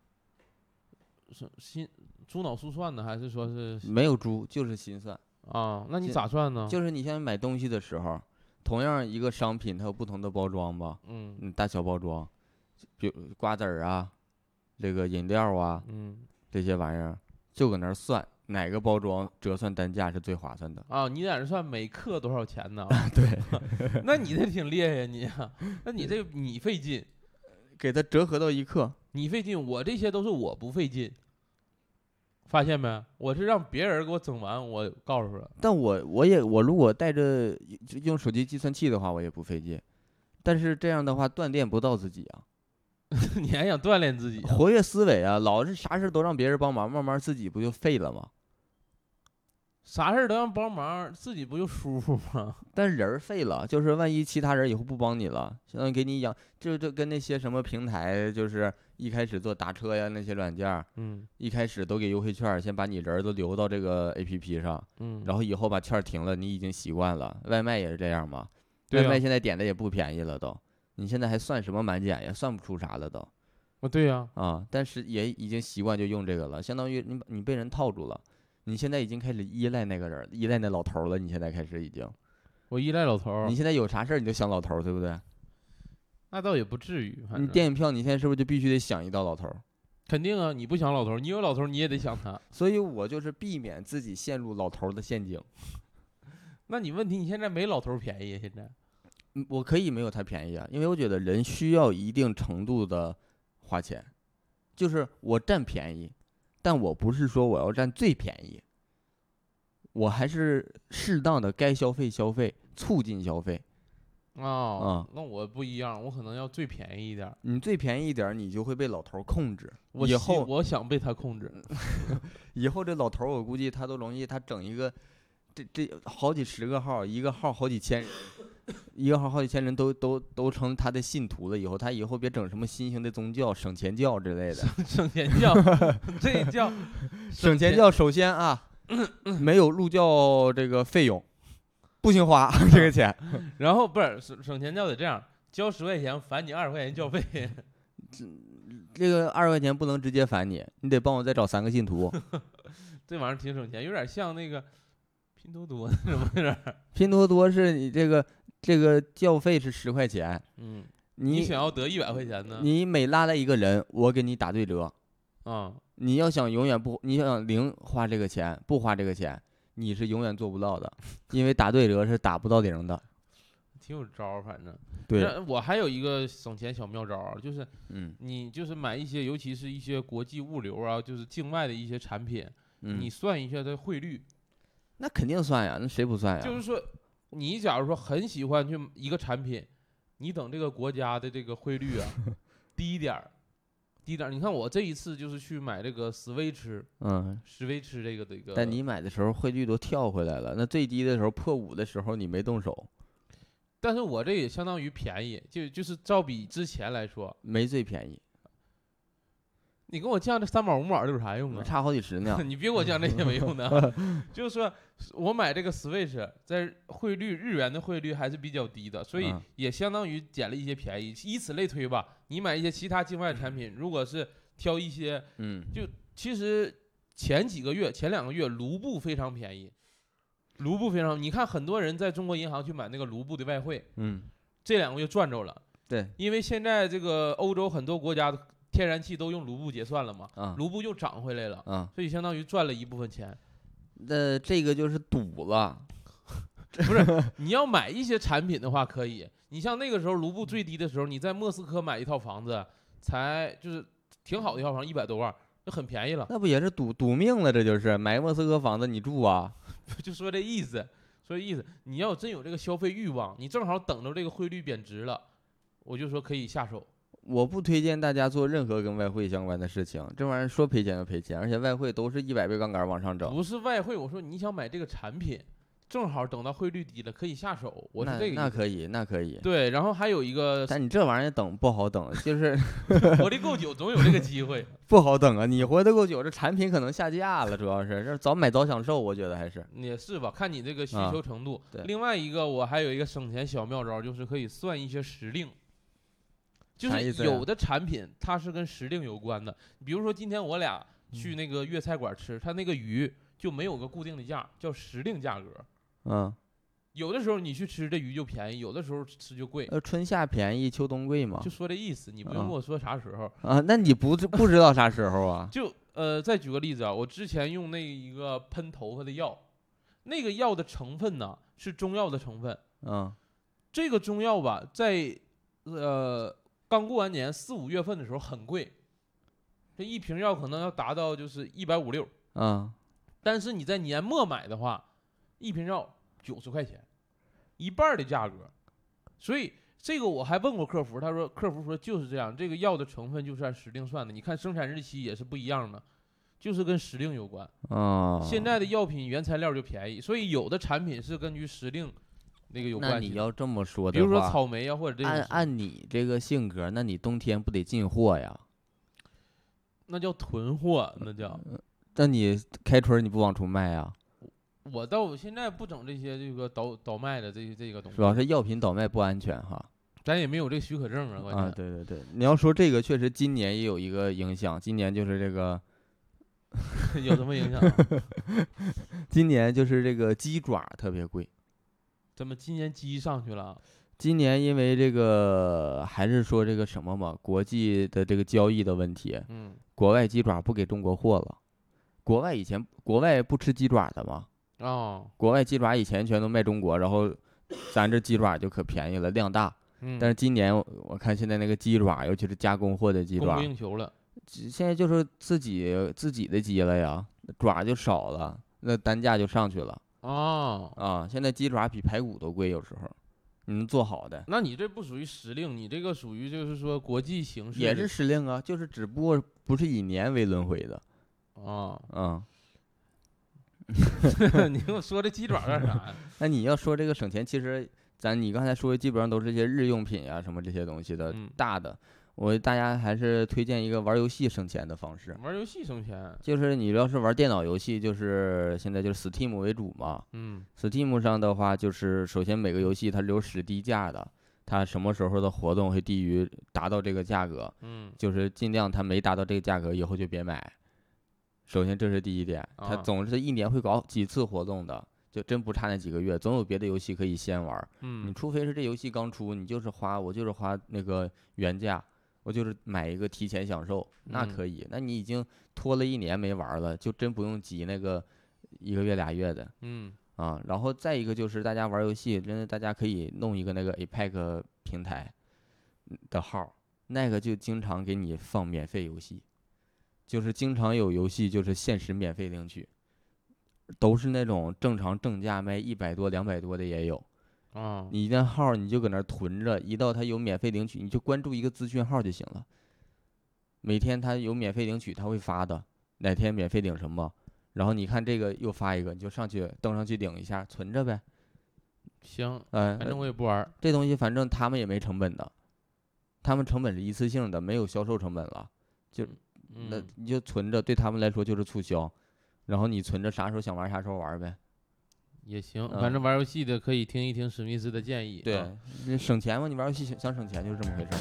心猪脑速算呢，还是说是没有猪，就是心算啊？那你咋算呢？ 就是你像买东西的时候。同样一个商品，它有不同的包装吧， 嗯， 嗯，大小包装，比如瓜子儿啊，这个饮料啊， 嗯， 这些玩意儿，就搁那儿算哪个包装折算单价是最划算的啊？你在这算每克多少钱呢？ 对， 那你这挺厉害呀你，那你这你费劲， 给它折合到一克， 你费劲，我这些都是我不费劲。发现没？我是让别人给我整完，我告诉了。 但我我也我如果带着用手机计算器的话，我也不费劲。但是这样的话锻炼不到自己啊。 你还想锻炼自己、啊？ 活跃思维啊！老是啥事都让别人帮忙，慢慢自己不就废了吗？ 啥事都让帮忙，自己不就舒服吗？ 但人废了，就是万一其他人以后不帮你了，相当于给你养，就就跟那些什么平台，就是一开始做打车呀那些软件， 嗯， 一开始都给优惠券，先把你人都留到这个 A P P 上， 嗯， 然后以后把券停了，你已经习惯了。外卖也是这样嘛， 对啊、 外卖现在点的也不便宜了都，你现在还算什么满减呀？算不出啥了都。 啊，对呀、 啊，啊，但是也已经习惯就用这个了，相当于你你被人套住了。你现在已经开始依赖那个人，依赖那老头了。你现在开始已经， 我依赖老头。 你现在有啥事儿你就想老头，对不对？ 那倒也不至于。 你电影票，你现在是不是就必须得想一道老头？ 肯定啊，你不想老头，你有老头你也得想他。 所以我就是避免自己陷入老头的陷阱。 那你问题你现在没老头便宜，现在？ 嗯，我可以没有他便宜啊，因为我觉得人需要一定程度的花钱，就是我占便宜。但我不是说我要占最便宜，我还是适当的该消费消费，促进消费。 哦，嗯，那我不一样，我可能要最便宜一点。 你最便宜一点，你就会被老头控制。 我以后我想被他控制。 以后这老头，我估计他都容易，他整一个，这这好几十个号，一个号好几千。一个号好几千人都都都成他的信徒了，以后他以后别整什么新兴的宗教省钱教之类的。 省钱教，这叫省钱教。首先啊，没有入教这个费用，不行花这个钱。 然后不是省省钱教得这样，交十块钱返你二十块钱教费。 这个二十块钱不能直接返你，你得帮我再找三个信徒。 这玩意儿挺省钱，有点像那个拼多多什么的。 拼多多是你这个。这个教费是十块钱， 嗯， 你, 你想要得一百块钱呢？ 你每拉来一个人，我给你打对折， 啊、嗯， 你要想永远不，你想零花这个钱，不花这个钱，你是永远做不到的，因为打对折是打不到零的。 挺有招儿，反正。 对， 我还有一个省钱小妙招儿，就是， 嗯， 你就是买一些，尤其是一些国际物流啊，就是境外的一些产品， 嗯、 你算一下它汇率。 那肯定算呀，那谁不算呀？ 就是说。你假如说很喜欢去一个产品，你等这个国家的这个汇率啊低一点儿，低点儿。你看我这一次就是去买这个史威吃， 嗯， 史威吃这个这个。 但你买的时候汇率都跳回来了，那最低的时候破五的时候你没动手。 但是我这也相当于便宜，就就是照比之前来说， 没最便宜。 你跟我降这三毛五毛的有啥用啊？ 差好几十呢。 你别给我降这些没用的。就是说我买这个 Switch， 在汇率日元的汇率还是比较低的，所以也相当于捡了一些便宜。以此类推吧，你买一些其他境外产品，如果是挑一些， 嗯， 就其实前几个月、前两个月卢布非常便宜，卢布非常，你看很多人在中国银行去买那个卢布的外汇， 嗯， 这两个月赚着了。 对， 因为现在这个欧洲很多国家天然气都用卢布结算了嘛， 啊卢布又涨回来了， 啊， 所以相当于赚了一部分钱。 那这个就是赌了。 不是，你要买一些产品的话可以，你像那个时候卢布最低的时候，你在莫斯科买一套房子，才就是挺好的一套房，一百多万，就很便宜了。 那不也是赌赌命了？这就是买莫斯科房子你住啊？ 就说这意思，说这意思，你要真有这个消费欲望，你正好等着这个汇率贬值了，我就说可以下手。 我不推荐大家做任何跟外汇相关的事情，这玩意儿说赔钱就赔钱，而且外汇都是一百倍杠杆往上整。 不是外汇，我说你想买这个产品，正好等到汇率低了可以下手，我是这个意思。 那可以，那可以。 对，然后还有一个， 但你这玩意儿等不好等，就是活得够久，总有这个机会。 不好等啊！你活得够久，这产品可能下架了，主要是这早买早享受，我觉得还是也是吧，看你这个需求程度。 啊、 另外一个，我还有一个省钱小妙招，就是可以算一些时令。就是有的产品它是跟时令有关的，比如说今天我俩去那个粤菜馆吃，它那个鱼就没有个固定的价，叫时令价格。 嗯， 有的时候你去吃这鱼就便宜，有的时候吃就贵。 呃，春夏便宜，秋冬贵嘛。 就说这意思，你不用跟我说啥时候啊？那你不不知道啥时候啊？ 就呃，再举个例子啊，我之前用那一个喷头发的药，那个药的成分呢是中药的成分。 嗯， 这个中药吧，在呃。刚过完年四五月份的时候很贵，这一瓶药可能要达到就是一百五六， 嗯， 但是你在年末买的话，一瓶药九十块钱，一半的价格。所以这个我还问过客服，他说客服说就是这样，这个药的成分就是按时令算的，你看生产日期也是不一样的，就是跟时令有关。 哦， 现在的药品原材料就便宜，所以有的产品是根据时令。那个有关系。 那你要这么说的话， 比如说草莓啊，或者这种。 按按你这个性格，那你冬天不得进货呀？ 那叫囤货，那叫。 那你开春你不往出卖啊？ 我倒现在不整这些这个倒倒卖的这些这个东西。 主要是药品倒卖不安全哈。 咱也没有这个许可证啊，关键。 啊，对对对，你要说这个确实今年也有一个影响，今年就是这个。 有什么影响、啊？ 今年就是这个鸡爪特别贵。 怎么今年鸡上去了？ 今年因为这个还是说这个什么嘛，国际的这个交易的问题， 嗯， 国外鸡爪不给中国货了。国外以前国外不吃鸡爪的吗？ 哦， 国外鸡爪以前全都卖中国，然后咱这鸡爪就可便宜了，量大。 嗯， 但是今年我我看现在那个鸡爪，尤其是加工货的鸡爪， 供不应求了。 现在就是自己自己的鸡了呀，爪就少了，那单价就上去了。 哦啊，现在鸡爪比排骨都贵，有时候你能做好的。 那你这不属于时令，你这个属于就是说国际形势。 也是时令啊，就是只不过不是以年为轮回的。 啊， 嗯。 你跟我说这鸡爪干啥呀？ 那你要说这个省钱，其实咱你刚才说的基本上都是这些日用品啊，什么这些东西的、 嗯、 大的。我大家还是推荐一个玩游戏省钱的方式。 玩游戏省钱， 就是你要是玩电脑游戏，就是现在就是 Steam 为主嘛。 嗯 ，Steam 上的话，就是首先每个游戏它留实低价的，它什么时候的活动会低于达到这个价格， 嗯， 就是尽量它没达到这个价格以后就别买。首先这是第一点，它总是一年会搞几次活动的，就真不差那几个月，总有别的游戏可以先玩。 嗯， 你除非是这游戏刚出，你就是花我就是花那个原价。我就是买一个提前享受，那可以。嗯、那你已经拖了一年没玩了，就真不用急那个一个月俩月的。 嗯啊，然后再一个就是大家玩游戏，真的大家可以弄一个那个 A P E C 平台的号，那个就经常给你放免费游戏，就是经常有游戏就是限时免费领取，都是那种正常正价卖一百多、两百多的也有。 啊， 你那号你就搁那囤着，一到他有免费领取，你就关注一个资讯号就行了。每天他有免费领取，他会发的，哪天免费领什么，然后你看这个又发一个，你就上去登上去领一下，存着呗。 行， 嗯、呃， 反正我也不玩这东西，反正他们也没成本的，他们成本是一次性的，没有销售成本了，就、 嗯、 那你就存着，对他们来说就是促销，然后你存着啥时候想玩啥时候玩呗。 也行，反正玩游戏的可以听一听史密斯的建议。 对， 啊、 省钱嘛，你玩游戏想省钱就是这么回事。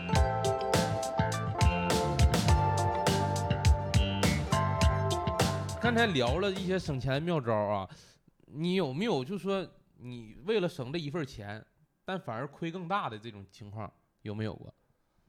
刚才聊了一些省钱妙招啊，你有没有就说你为了省这一份钱，但反而亏更大的这种情况，有没有过？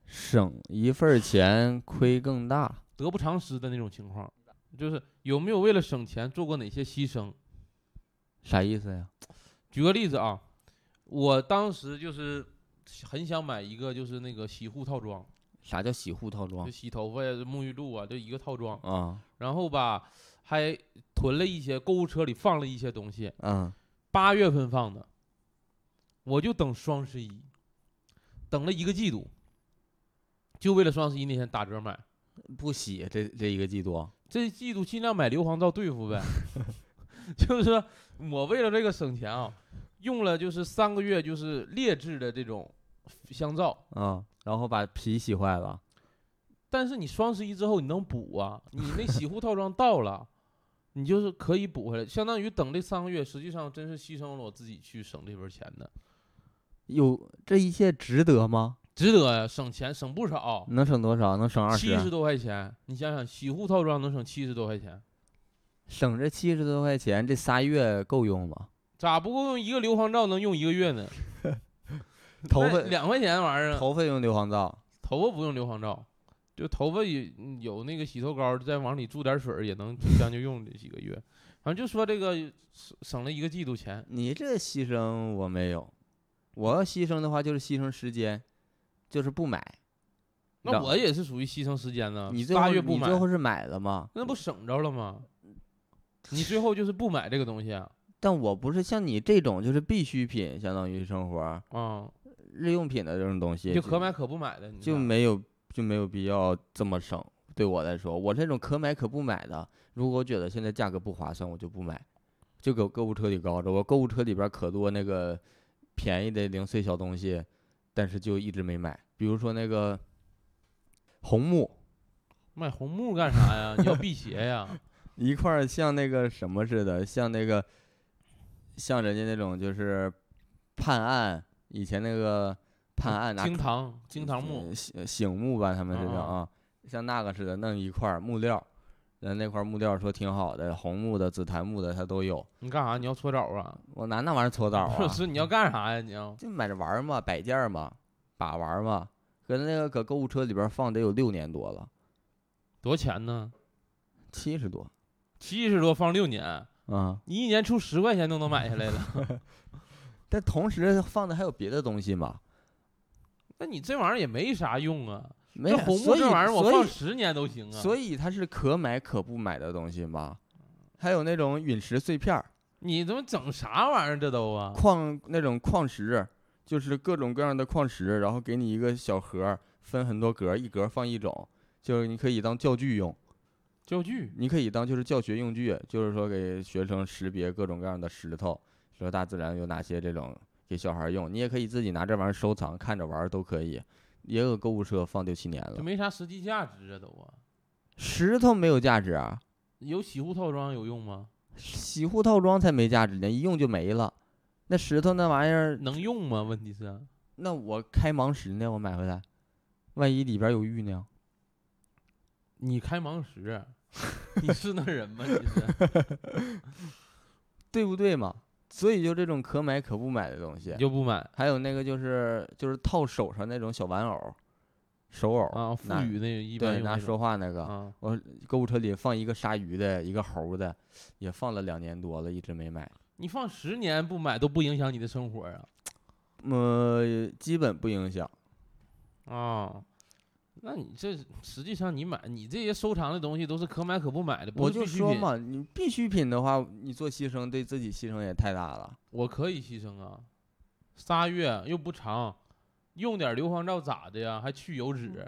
省一份钱亏更大， 得不偿失的那种情况。就是有没有为了省钱做过哪些牺牲？ 啥意思呀？ 举个例子啊，我当时就是很想买一个就是那个洗护套装。 啥叫洗护套装就？洗头发呀、沐浴露啊，就一个套装啊。 然后吧，还囤了一些购物车里放了一些东西。 嗯。 八月份放的，我就等双十一，等了一个季度，就为了双十一那天打折买。 不洗这这一个季度， 这季度尽量买硫磺皂对付呗。就是说我为了这个省钱啊，用了就是三个月就是劣质的这种香皂啊，然后把皮洗坏了。 但是你双十一之后你能补啊？你那洗护套装到了，你就是可以补回来，相当于等这三个月，实际上真是牺牲了我自己去省这份钱的。 有这一切值得吗？ 值得呀，省钱省不少。 能省多少？能省二十？ 七十多块钱，你想想，洗护套装能省七十多块钱， 省这七十多块钱，这仨月够用吗？ 咋不够用？一个硫磺皂能用一个月呢？ 头发两块钱玩意儿， 头发用硫磺皂， 头发不用硫磺皂，就头发有有那个洗头膏，再往里注点水也能将就用这几个月。反正就说这个省了一个季度钱。 你这牺牲我没有，我要牺牲的话就是牺牲时间，就是不买。 那我也是属于牺牲时间呢。 你最后仨月不买， 你最后是买了吗？ 那不省着了吗？你最后就是不买这个东西啊。 但我不是像你这种就是必需品，相当于生活啊、 嗯、 日用品的这种东西， 就可买可不买的，你就没有就没有必要这么省。对我来说，我这种可买可不买的，如果我觉得现在价格不划算，我就不买，就搁购物车里高着。我购物车里边可多那个便宜的零碎小东西，但是就一直没买。比如说那个红木， 买红木干啥呀？你要辟邪呀？ 一块像那个什么似的，像那个像人家那种就是判案以前那个判案拿经堂经堂木醒醒木吧，他们是叫啊，像那个似的弄一块木料，人那块木料说挺好的，红木的、紫檀木的它都有。 你干啥？你要搓澡啊？ 我拿那玩意儿搓澡啊？ 不是，你要干啥呀？你要就买着玩嘛，摆件嘛，把玩嘛。可是那个搁购物车里边放得有六年多了。 多少钱呢？ 七十多。 七十多放六年啊、嗯！ 你一年出十块钱都能买下来了。 但同时放的还有别的东西嘛？ 那你这玩意儿也没啥用啊。 没这红木这玩意儿我放十年都行啊。 所以它是可买可不买的东西嘛。还有那种陨石碎片， 你怎么整啥玩意儿这都啊？ 矿那种矿石，就是各种各样的矿石，然后给你一个小盒，分很多格，一格放一种，就是你可以当教具用。 教具， 你可以当就是教学用具，就是说给学生识别各种各样的石头，说大自然有哪些这种给小孩用。你也可以自己拿这玩意儿收藏，看着玩都可以。也有购物车放六七年了， 就没啥实际价值啊都啊。 石头没有价值啊？ 有洗护套装有用吗？ 洗护套装才没价值呢，一用就没了。那石头那玩意儿能用吗？问题是， 那我开盲石呢，我买回来，万一里边有玉呢？ 你开盲石，你是那人吗？你是， 对不对嘛？所以就这种可买可不买的东西， 你就不买。 还有那个就是就是套手上那种小玩偶，手偶啊，腹语那一般对拿说话那个， 啊、 我购物车里放一个鲨鱼的，一个猴的，也放了两年多了，一直没买。 你放十年不买都不影响你的生活啊？ 呃，基本不影响。 啊。那你这实际上你买你这些收藏的东西都是可买可不买的，不我是必需品。 就说嘛，你必需品的话，你做牺牲对自己牺牲也太大了。 我可以牺牲啊，仨月又不长，用点硫磺皂咋的呀？还去油脂。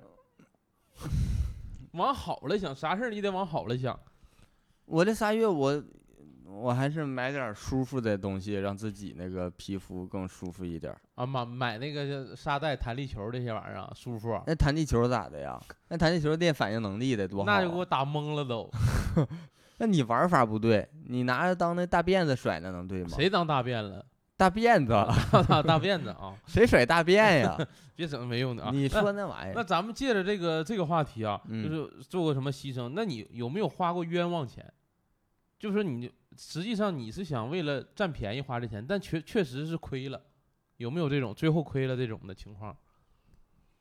往好了想，啥事儿你得往好了想。 我这仨月我我还是买点舒服的东西，让自己那个皮肤更舒服一点啊。买买那个沙袋、弹力球这些玩意儿啊，舒服。 那弹力球咋的呀？那弹力球练反应能力的多好、啊。 那就给我打懵了都。 那你玩法不对，你拿着当那大辫子甩，那能对吗？ 谁当大辫了？ 大辫子， 大大辫子啊！ 谁甩大辫呀？ 别整没用的啊！ 你说那玩意儿， 那咱们借着这个这个话题啊， 嗯、 就是做过什么牺牲？那你有没有花过冤枉钱？就是说你实际上你是想为了占便宜花这钱，但确确实是亏了，有没有这种最后亏了这种的情况？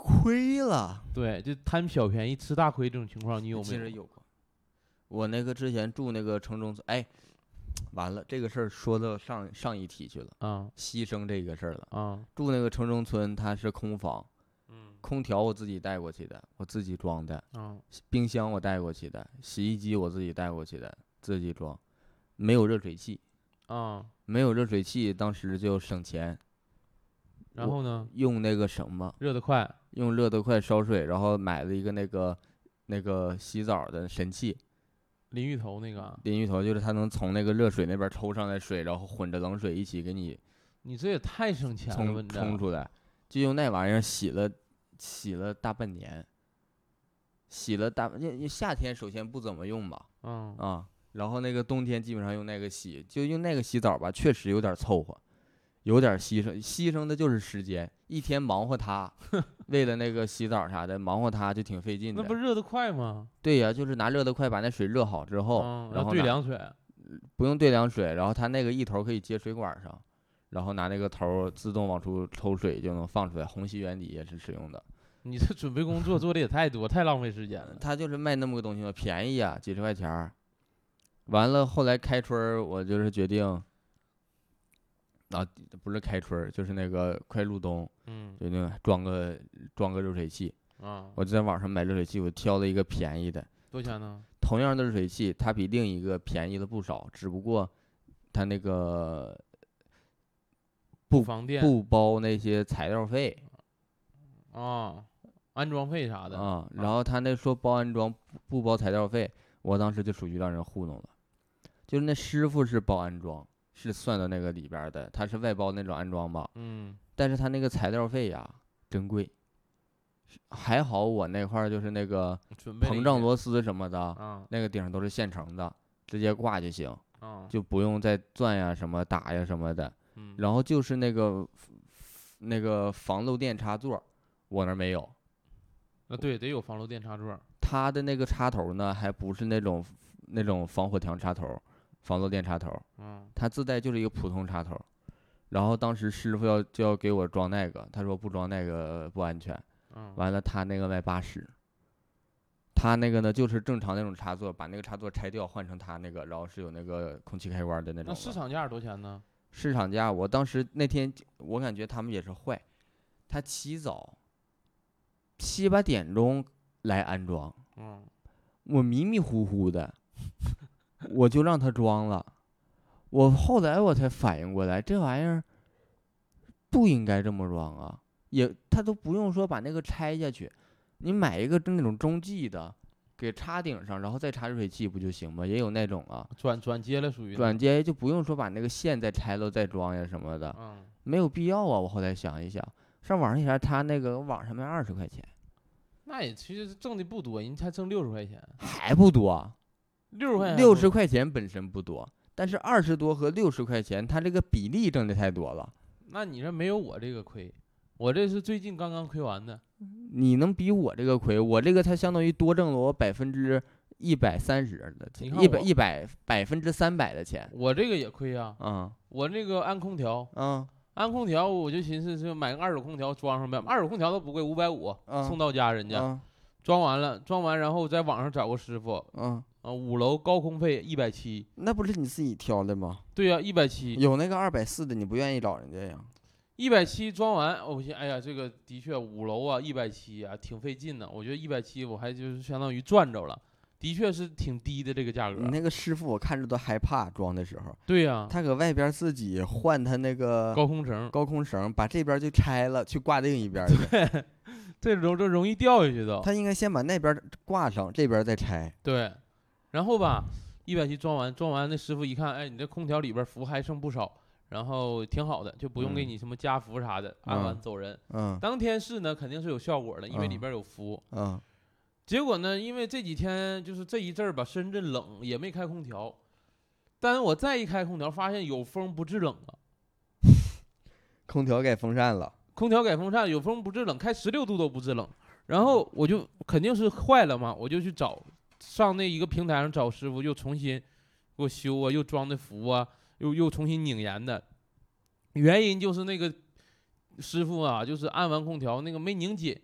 亏了。 对，就贪小便宜吃大亏这种情况，你有没有？ 其实有过。我那个之前住那个城中村，哎，完了，这个事儿说到上上一题去了啊， 牺牲这个事儿了啊。 住那个城中村，它是空房， 嗯， 空调我自己带过去的，我自己装的， 啊， 冰箱我带过去的，洗衣机我自己带过去的，自己装，没有热水器， 啊， 没有热水器，当时就省钱。 然后呢？ 用那个什么， 热得快， 用热得快烧水，然后买了一个那个那个洗澡的神器。 淋浴头那个、啊， 淋浴头就是它能从那个热水那边抽上来水，然后混着冷水一起给你， 你这也太省钱了吧！ 冲冲出来，就用那玩意儿洗了，洗了大半年，洗了大，因为夏天首先不怎么用嘛， 嗯啊，然后那个冬天基本上用那个洗，就用那个洗澡吧，确实有点凑合，有点牺牲，牺牲的就是时间，一天忙活它，为了那个洗澡啥的，忙活它就挺费劲的。 那不热得快吗？ 对呀、啊，就是拿热得快把那水热好之后， 嗯、 然后兑凉水， 不用兑凉水，然后它那个一头可以接水管上，然后拿那个头自动往出抽水就能放出来，虹吸原理也是使用的。 你这准备工作做的也太多，太浪费时间了。 他就是卖那么个东西嘛，便宜啊，几十块钱儿。完了后来开春儿，我就是决定。啊，不是开春，就是那个快入冬， 嗯， 就那个装个装个热水器啊。 我在网上买热水器，我挑了一个便宜的， 多少钱呢？ 同样的热水器，它比另一个便宜了不少，只不过它那个不房电不包那些材料费啊，安装费啥的啊。然后他那说包安装不包材料费，我当时就属于让人糊弄了，就是那师傅是包安装。是算到那个里边的，它是外包那种安装吧， 嗯， 但是它那个材料费呀真贵，还好我那块儿就是那个膨胀螺丝什么的， 啊， 那个顶上都是现成的，直接挂就行， 啊， 就不用再钻呀什么打呀什么的， 嗯， 然后就是那个那个防漏电插座，我那没有， 啊对，得有防漏电插座， 它的那个插头呢还不是那种那种防火墙插头。防漏电插头， 嗯， 它自带就是一个普通插头，然后当时师傅要就要给我装那个，他说不装那个不安全， 嗯， 完了他那个卖八十，他那个呢就是正常那种插座，把那个插座拆掉换成他那个，然后是有那个空气开关的那种。 那市场价多少钱呢？ 市场价我当时那天我感觉他们也是坏，他起早七八点钟来安装， 嗯， 我迷迷糊糊的。我就让他装了，我后来我才反应过来，这玩意儿不应该这么装啊！也他都不用说把那个拆下去，你买一个那种中继的，给插顶上，然后再插热水器不就行吗？也有那种啊， 转转接了属于转接就不用说把那个线再拆了再装呀什么的， 嗯， 没有必要啊！我后来想一想，上网上一查，他那个网上卖二十块钱， 那也其实挣的不多，人才挣六十块钱， 还不多。 六十块钱， 六十块钱本身不多，但是二十多和六十块钱，它这个比例挣的太多了。 那你这没有我这个亏，我这是最近刚刚亏完的。 你能比我这个亏？我这个才相当于多挣了我百分之一百三十的钱，一百一百百分之三百的钱。 我这个也亏啊。 嗯， 我那个安空调， 嗯， 安空调，我就寻思是买个二手空调装上呗，二手空调都不贵，五百五送到家人家， 嗯、 装完了，装完然后在网上找个师傅， 嗯。 啊，五楼高空费一百七， 那不是你自己挑的吗？ 对呀、啊，一百七。 有那个二百四的，你不愿意找人家呀？ 一百七装完，我寻，哎呀，这个的确五楼啊，一百七啊，挺费劲的。我觉得一百七我还就是相当于赚着了，的确是挺低的这个价格。 你那个师傅我看着都害怕，装的时候。 对呀、啊， 他搁外边自己换他那个高空绳， 高空绳把这边就拆了，去挂另一边去。 对，这容这容易掉下去的。 他应该先把那边挂上，这边再拆。 对。然后吧，一百七装完，装完那师傅一看，哎，你这空调里边伏还剩不少，然后挺好的，就不用给你什么加伏啥的， 嗯、 按完走人。 嗯， 当天试呢肯定是有效果的，因为里边有伏。 嗯， 结果呢，因为这几天就是这一阵儿吧，深圳冷，也没开空调。但是我再一开空调，发现有风不制冷了。 空调改风扇了。 空调改风扇，有风不制冷，开十六度都不制冷。然后我就肯定是坏了嘛，我就去找。上那一个平台上找师傅，又重新给我修啊，又装的服啊，又又重新拧严的。原因就是那个师傅啊，就是安完空调那个没拧紧，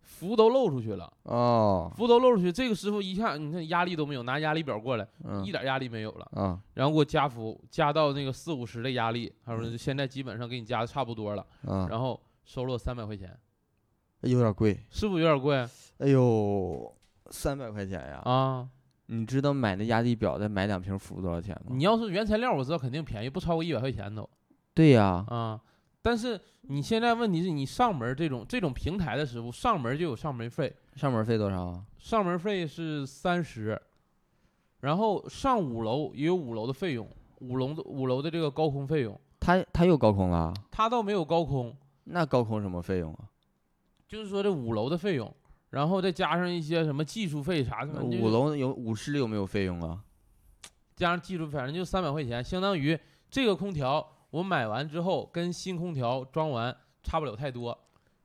符都漏出去了。 哦， 符都漏出去，这个师傅一下你看压力都没有，拿压力表过来， 嗯一点压力没有了。 啊然后给我加符，加到那个四五十的压力，他说现在基本上给你加的差不多了， 啊， 然后收了我三百块钱， 有点贵。 是不是有点贵哎呦，三百块钱呀！ 啊？ 你知道买那压力表再买两瓶符多少钱吗？ 你要是原材料，我知道肯定便宜，不超过一百块钱都对呀， 啊。但是你现在问题是你上门这种这种平台的师傅上门就有上门费， 上门费多少啊？ 上门费是三十，然后上五楼也有五楼的费用，五楼的五楼的这个高空费用， 他他又高空了？ 他倒没有高空， 那高空什么费用啊？ 就是说这五楼的费用，然后再加上一些什么技术费啥的， 五楼有五室有没有费用啊？ 加上技术，反正就三百块钱，相当于这个空调我买完之后跟新空调装完差不了太多，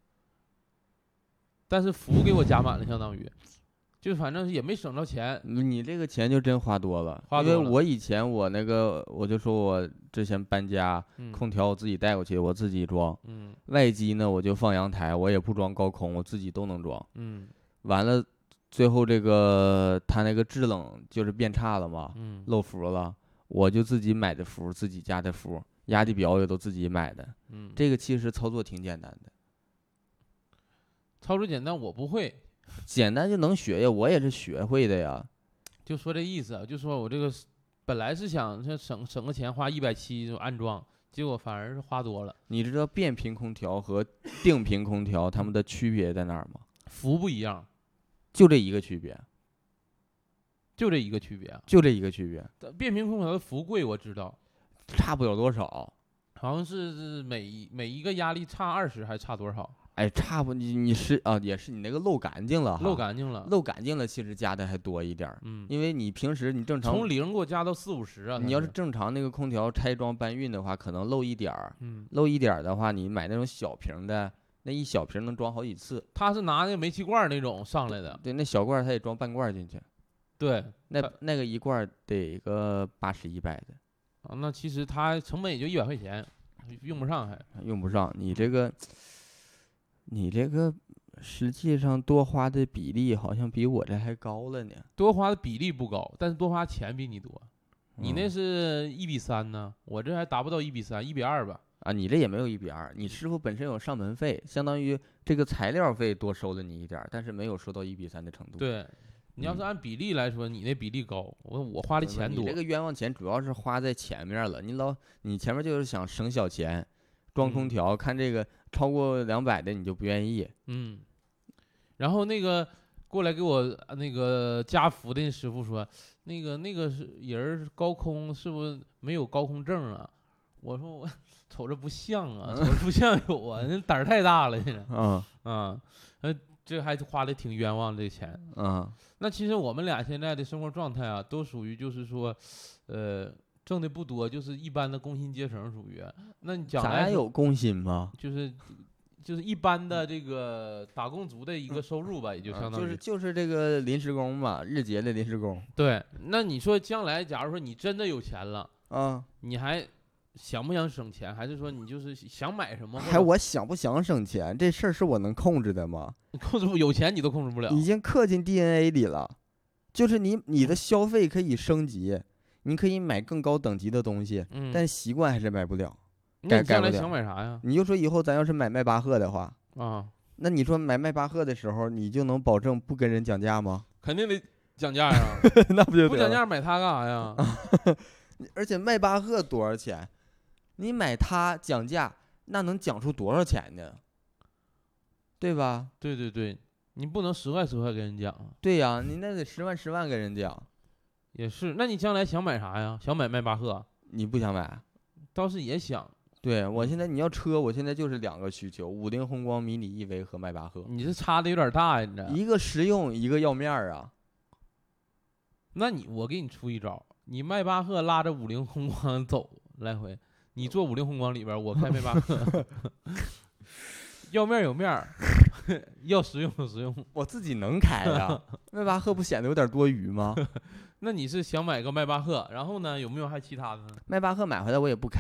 但是服务给我加满了，相当于就反正也没省着钱。 你这个钱就真花多了， 花多了因为我以前我那个我就说我之前搬家， 嗯空调我自己带过去，我自己装， 嗯外机呢我就放阳台，我也不装高空，我自己都能装。 嗯完了，最后这个它那个制冷就是变差了嘛， 嗯漏符了，我就自己买的符，自己加的符，压力表也都自己买的。 嗯， 这个其实操作挺简单的， 操作简单，我不会， 简单就能学呀，我也是学会的呀。 就说这意思啊，就说我这个本来是想省省个钱，花一百七就安装，结果反而是花多了。 你知道变频空调和定频空调它们的区别在哪儿吗？ 服不一样， 就这一个区别， 就这一个区别啊。 就这一个区别， 变频空调的服贵我知道， 差不了多少。 好像是是每一每一个压力差二十还差多少？ 哎，差不你你是啊，也是你那个漏干净了哈， 漏干净了， 漏干净了，其实加的还多一点儿。 嗯， 因为你平时你正常从零给我加到四五十啊。 你要是正常那个空调拆装搬运的话，可能漏一点儿， 嗯， 漏一点儿的话，你买那种小瓶的，那一小瓶能装好几次。 他是拿那个煤气罐那种上来的， 对，那小罐儿它得装半罐儿进去， 对， 那它那个一罐儿得个八十一百的， 啊，那其实它成本也就一百块钱，用不上还。 用不上。你这个，你这个实际上多花的比例好像比我这还高了呢。 多花的比例不高，但是多花钱比你多。你那嗯是一比三呢，我这还达不到一比三，一比二吧。 啊，你这也没有一比二，你师傅本身有上门费，相当于这个材料费多收了你一点儿，但是没有收到一比三的程度。 对，你要是嗯按比例来说，你那比例高，我我花的钱多你这。个冤枉钱主要是花在前面了，你老你前面就是想省小钱，装空嗯调，看这个超过两百的你就不愿意。 嗯，然后那个过来给我呃那个加服的那师傅说，那个那个是人儿高空是不是没有高空证啊？我说我瞅着不像啊，瞅着不像有啊，那胆儿太大了，现在嗯啊，呃，这还花的挺冤枉这钱。 嗯， 那其实我们俩现在的生活状态啊，都属于就是说，呃，挣的不多，就是一般的工薪阶层属于。那你将咱来说有工薪吗？ 就是就是一般的这个打工族的一个收入吧，也就啊相当于、 就是就是这个临时工嘛，日结的临时工。 对。那你说将来假如说你真的有钱了， 啊， 你还想不想省钱？还是说你就是想买什么？ 还我想不想省钱这事儿是我能控制的吗？ 控制不有钱你都控制不了。 已经刻进 D N A 里了，就是你你的消费可以升级，你可以买更高等级的东西， 嗯， 但习惯还是买不了。 那你将来改改不了想买啥呀？ 你就说以后咱要是买迈巴赫的话， 啊， 那你说买迈巴赫的时候，你就能保证不跟人讲价吗？ 肯定得讲价呀。 那不就不得了？ 讲价买它干啥呀？ 而且迈巴赫多少钱？你买它讲价，那能讲出多少钱呢？对吧？ 对对对，你不能十块十块跟人讲啊。 对呀，你那得十万十万跟人讲， 也是，那你将来想买啥呀？想买迈巴赫？ 你不想买？ 倒是也想。 对我现在你要车，我现在就是两个需求：五菱宏光、迷你 E V 和迈巴赫。 你这差的有点大呀，你这。 一个实用，一个要面儿啊。 那你我给你出一招，你迈巴赫拉着五菱宏光走来回，你坐五菱宏光里边，我开迈巴赫。要面儿有面儿，要实用有实用。 我自己能开呀，迈巴赫不显得有点多余吗？ 那你是想买个迈巴赫，然后呢，有没有还其他的呢？ 迈巴赫买回来我也不开，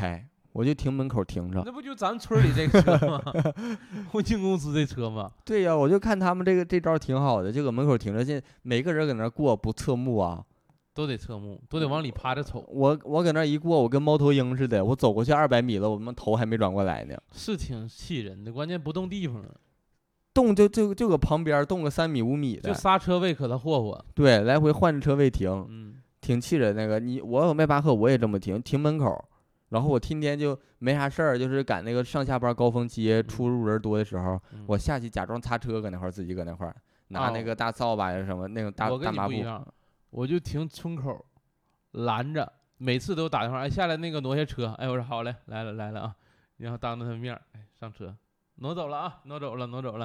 我就停门口停着。 那不就咱村里这个车吗？婚庆公司这车吗？ 对呀、啊，我就看他们这个这招挺好的，就搁门口停着，现每个人搁那过不侧目啊， 都得侧目，都得往里趴着瞅。 我我搁那一过，我跟猫头鹰似的，我走过去二百米了，我们头还没转过来呢。 是挺气人的，关键不动地方。 动就就就搁旁边动个三米五米的， 就刹车位可他霍霍。 对，来回换着车位停， 嗯， 挺气人。那个你我有迈巴赫我也这么停，停门口。然后我天天就没啥事儿，就是赶那个上下班高峰期出入人多的时候， 嗯、 我下去假装擦车，搁那块儿自己搁那块儿拿那个大扫把呀什么、哦、那种大我跟大抹布。 你不一样，我就停村口拦着，每次都打电话，哎下来那个挪下车，哎我说好嘞，来了来了啊，然后当着他面，哎上车，挪走了啊，挪走了挪走了。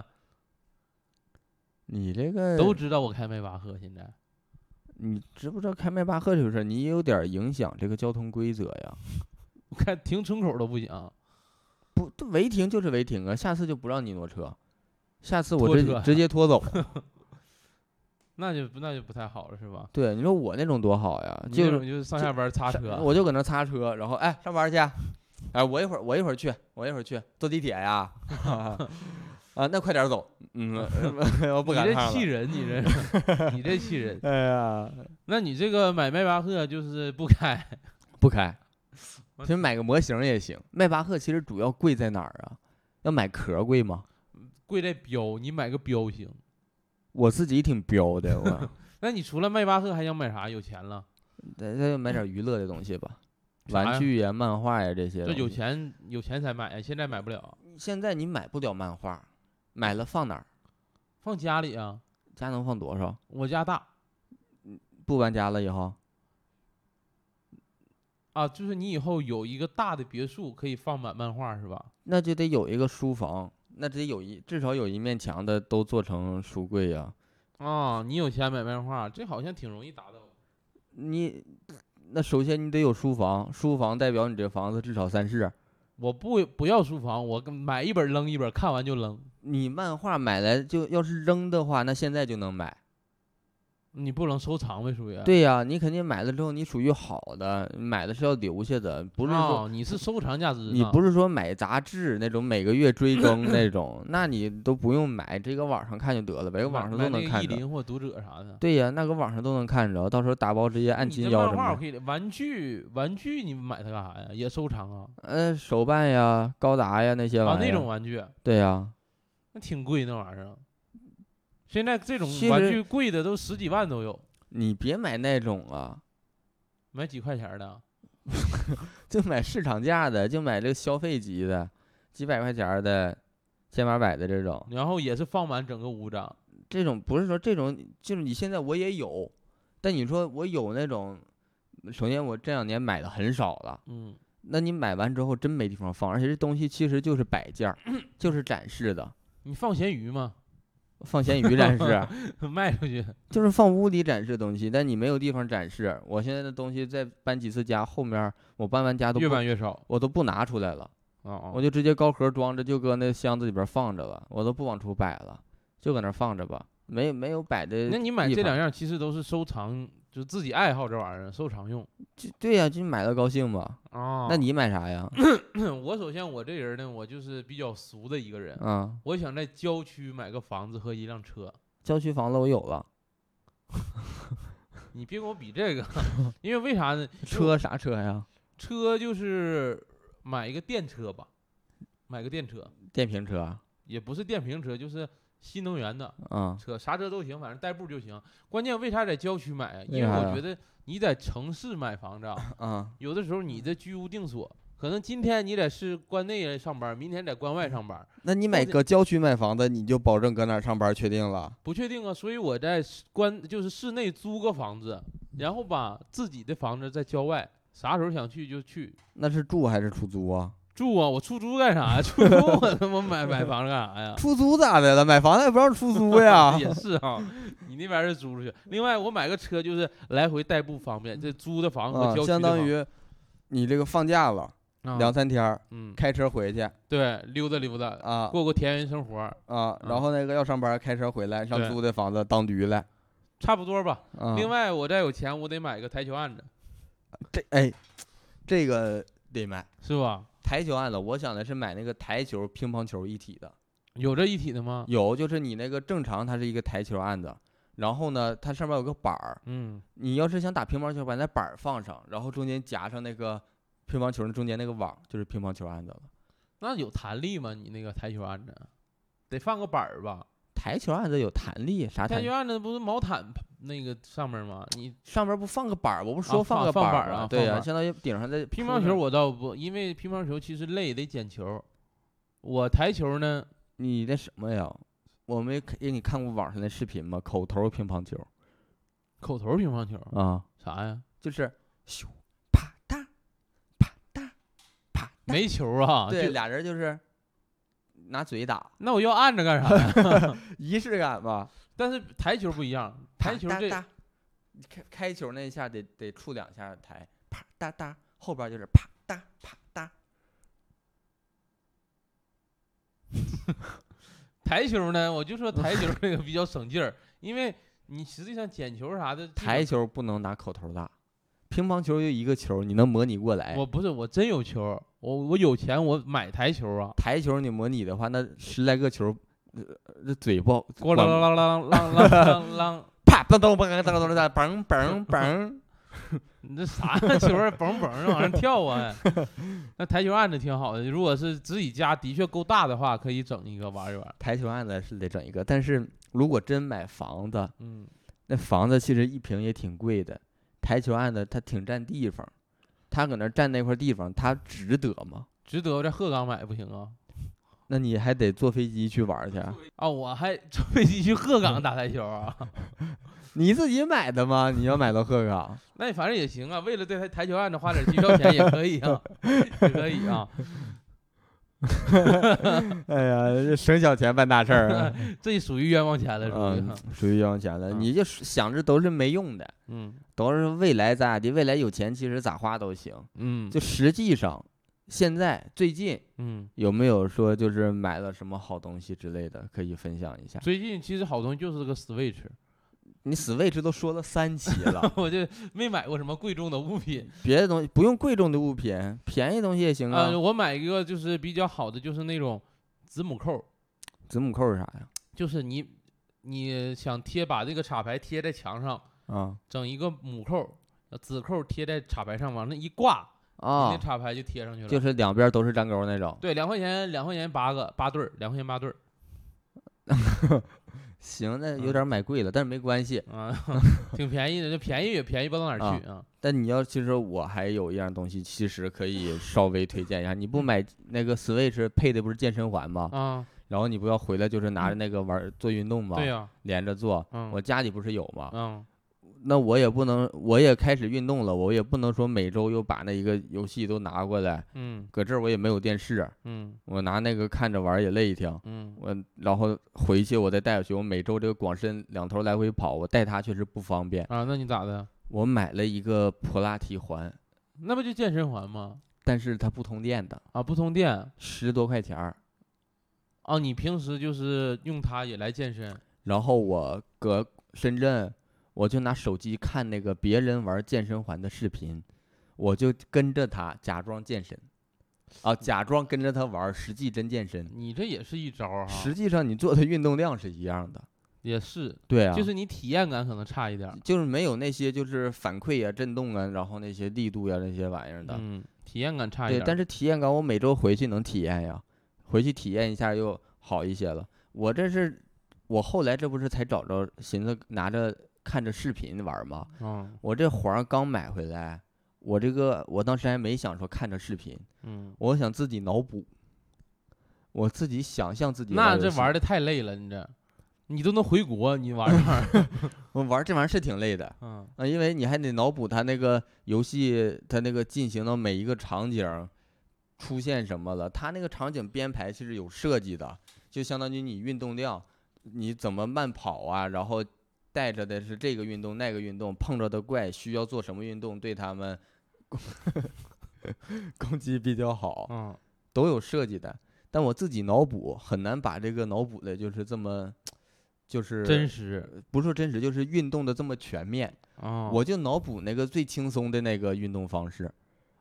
你这个都知道我开迈巴赫，现在你知不知道开迈巴赫这个事儿？你也有点影响这个交通规则呀。 我看停村口都不行， 不违停就是违停啊，下次就不让你挪车，下次我直直接拖走。 那就那就不太好了，是吧？ 对，你说我那种多好呀， 就是就是上下班擦车， 我就搁那擦车，然后哎上班去，哎我一会儿我一会儿去，我一会儿去坐地铁呀。啊，那快点走，嗯，我不敢。 你这气人，你这你这气人。 哎呀， 那你这个买迈巴赫就是不开， 不开。其实买个模型也行。迈巴赫其实主要贵在哪儿啊？要买壳贵吗？ 贵在标，你买个标行。 我自己挺标的，我。 那你除了迈巴赫还想买啥？有钱了？ 那就买点娱乐的东西吧，玩具呀、漫画呀这些。 这有钱有钱才买呀，现在买不了。 现在你买不了漫画，买了放哪儿？ 放家里啊。 家能放多少？ 我家大。 不搬家了以后。 啊，就是你以后有一个大的别墅，可以放满漫画是吧？ 那就得有一个书房，那得有一至少有一面墙的都做成书柜呀。 啊，你有钱买漫画，这好像挺容易达到。 你那首先你得有书房，书房代表你这房子至少三室。 我不不要书房，我买一本扔一本，看完就扔。 你漫画买来就要是扔的话，那现在就能买。 你不能收藏呗，属于。 对呀、啊，你肯定买了之后，你属于好的，买的是要留下的，不是说、 哦、你是收藏价值。 你不是说买杂志那种每个月追更那种，那你都不用买，这个网上看就得了，每个网上都能看着。 意林或读者啥的。 对呀、啊，那个网上都能看着，到时候打包直接按斤要什么。 漫画可以，玩具玩具你买它干啥呀？也收藏啊？ 呃，手办呀、高达呀那些玩意儿。 啊，那种玩具。 对呀、啊。 那挺贵那玩意儿。现在这种玩具贵的都十几万都有。 你别买那种啊， 买几块钱的， 就买市场价的，就买这个消费级的，几百块钱的，千八百的这种。 然后也是放满整个屋子。 这种不是说这种，就是你现在我也有，但你说我有那种，首先我这两年买的很少了， 嗯， 那你买完之后真没地方放，而且这东西其实就是摆件儿，就是展示的。 你放咸鱼吗？ 放咸鱼展示， 卖出去就是放屋里展示东西，但你没有地方展示。我现在的东西再搬几次家，后面我搬完家都越搬越少， 我都不拿出来了， 哦哦我就直接高盒装着，就搁那箱子里边放着了，我都不往出摆了，就搁那放着吧，没有没有摆的。 那你买这两样其实都是收藏，就自己爱好这玩意儿，收藏用。 就对呀、啊，就买了高兴嘛。 哦， 那你买啥呀？ 我首先我这人呢，我就是比较俗的一个人啊。 我想在郊区买个房子和一辆车。 郊区房子我有了。 你别跟我比这个，因为为啥呢？ 车啥车呀？ 车就是买一个电车吧，买个电车。 电瓶车？ 也不是电瓶车，就是新能源的车， 嗯、 啥车都行，反正代步就行。关键为啥在郊区买啊？因为我觉得你在城市买房子啊， 嗯、 有的时候你的居无定所，可能今天你在市关内上班，明天在关外上班。 那你买个郊区买房子，你就保证搁哪儿上班，确定了？ 不确定啊，所以我在关就是市内租个房子，然后把自己的房子在郊外，啥时候想去就去。 那是住还是出租啊？ 住啊，我出租干啥呀？出租我他妈买买房子干啥呀？ 出租咋的了？买房子也不让出租呀？ 也是啊，你那边是租出去。另外，我买个车就是来回代步方便，这租的房和郊区的房、 啊、相当于你这个放假了、啊、两三天， 嗯， 开车回去， 对，溜达溜达啊， 过过田园生活啊，然后那个要上班，开车回来上租的房子当驴来， 差不多吧。 啊、 另外，我再有钱，我得买个台球案子。 这哎，这个得买。 是吧？ 台球案子，我想的是买那个台球、乒乓球一体的。 有这一体的吗？ 有，就是你那个正常它是一个台球案子，然后呢，它上面有个板儿， 嗯， 你要是想打乒乓球，把那板儿放上，然后中间夹上那个乒乓球的中间那个网，就是乒乓球案子了。 那有弹力吗？你那个台球案子得放个板儿吧？ 台球案子有弹力，啥弹力？ 台球案子不是毛毯那个上面吗？你上面不放个板儿？我不是说放个板儿放板啊？ 对呀、 啊， 相当于顶上的乒乓球我倒不，因为乒乓球其实累，得捡球。我台球呢？ 你那什么呀？我没给你看过网上的视频吗？口头乒乓球。 口头乒乓球啊？ 啥呀？ 就是咻啪嗒啪嗒啪嗒。 没球啊？ 对，俩人就是拿嘴打。 那我要按着干啥呀？ 仪式感吧。 但是台球不一样，台球这开开球那一下得得触两下台，啪嗒嗒，后边就是啪嗒啪嗒。 台球呢，我就说台球这个比较省劲儿，因为你实际上捡球啥的， 台球不能拿口头打，乒乓球就一个球，你能模拟过来？ 我不是，我真有球，我我有钱，我买台球啊。 台球你模拟的话，那十来个球，这、呃、嘴不咣啷啷啷啷啷啷啷， 啪噔噔噔噔噔噔嘣嘣嘣。 你这啥球儿嘣嘣往上跳啊？那台球案子挺好的，如果是自己家的确够大的话，可以整一个玩一玩。 台球案子是得整一个，但是如果真买房子， 嗯， 那房子其实一平也挺贵的。台球案子它挺占地方，它搁那占那块地方，它值得吗？ 值得，在鹤岗买不行啊？ 那你还得坐飞机去玩去啊？ 啊，我还坐飞机去鹤岗打台球啊？ 你自己买的吗？你要买到鹤岗？ 那反正也行啊，为了这台台球案子花点机票钱也可以啊，也可以啊。 哎呀，省小钱办大事儿、啊， 这属于冤枉钱了，属于、 嗯、属于冤枉钱了。嗯、你就想着都是没用的， 嗯， 都是未来咋的，未来有钱其实咋花都行， 嗯， 就实际上现在最近， 嗯， 有没有说就是买了什么好东西之类的可以分享一下？ 最近其实好东西就是个 Switch。 你 Switch 都说了三期了， 我就没买过什么贵重的物品。 别的东西不用贵重的物品，便宜东西也行啊。 呃、我买一个就是比较好的，就是那种子母扣。 子母扣是啥呀？ 就是你你想贴把这个插排贴在墙上啊， 整一个母扣，子扣贴在插排上，往那一挂啊，那插排就贴上去了。 就是两边都是粘钩那种。 对，两块钱两块钱八个八对儿，两块钱八对儿。 行，那有点买贵了，嗯、但是没关系啊，挺便宜的，这便宜也便宜不到哪儿去啊。啊但你要其实我还有一样东西，其实可以稍微推荐一下。你不买那个 Switch 配的不是健身环吗？ 啊， 然后你不要回来就是拿着那个玩、嗯、做运动吗？ 对呀、啊， 连着做。 嗯、 我家里不是有吗？ 嗯。 那我也不能，我也开始运动了，我也不能说每周又把那一个游戏都拿过来， 嗯， 搁这儿我也没有电视， 嗯， 我拿那个看着玩也累挺， 嗯， 我然后回去我再带回去，我每周这个广深两头来回跑，我带它确实不方便啊。那你咋的？ 我买了一个普拉提环， 那不就健身环吗？ 但是它不通电的啊，不通电， 十多块钱儿。 哦，你平时就是用它也来健身？ 然后我搁深圳。我就拿手机看那个别人玩健身环的视频，我就跟着他假装健身，啊，假装跟着他玩，实际真健身。 你这也是一招哈。 实际上你做的运动量是一样的。 也是。 对啊。 就是你体验感可能差一点。 就是没有那些就是反馈啊、震动啊，然后那些力度呀、啊、那些玩意儿的。 嗯，体验感差一点。 对，但是体验感我每周回去能体验呀，回去体验一下又好一些了。我这是，我后来这不是才找着，寻思拿着。看着视频玩嘛， 嗯， 我这环刚买回来，我这个我当时还没想说看着视频， 嗯， 我想自己脑补，我自己想象自己。 那这玩的太累了，你这，你都能回国，你玩这玩意儿， 我玩这玩意儿是挺累的， 嗯啊，因为你还得脑补它那个游戏，它那个进行到每一个场景出现什么了，它那个场景编排其实有设计的，就相当于你运动量，你怎么慢跑啊，然后。带着的是这个运动那个运动，碰着的怪需要做什么运动对他们攻击比较好， 嗯， 都有设计的。但我自己脑补很难把这个脑补的就是这么，就是真实， 不是说真实，就是运动的这么全面。 哦， 我就脑补那个最轻松的那个运动方式，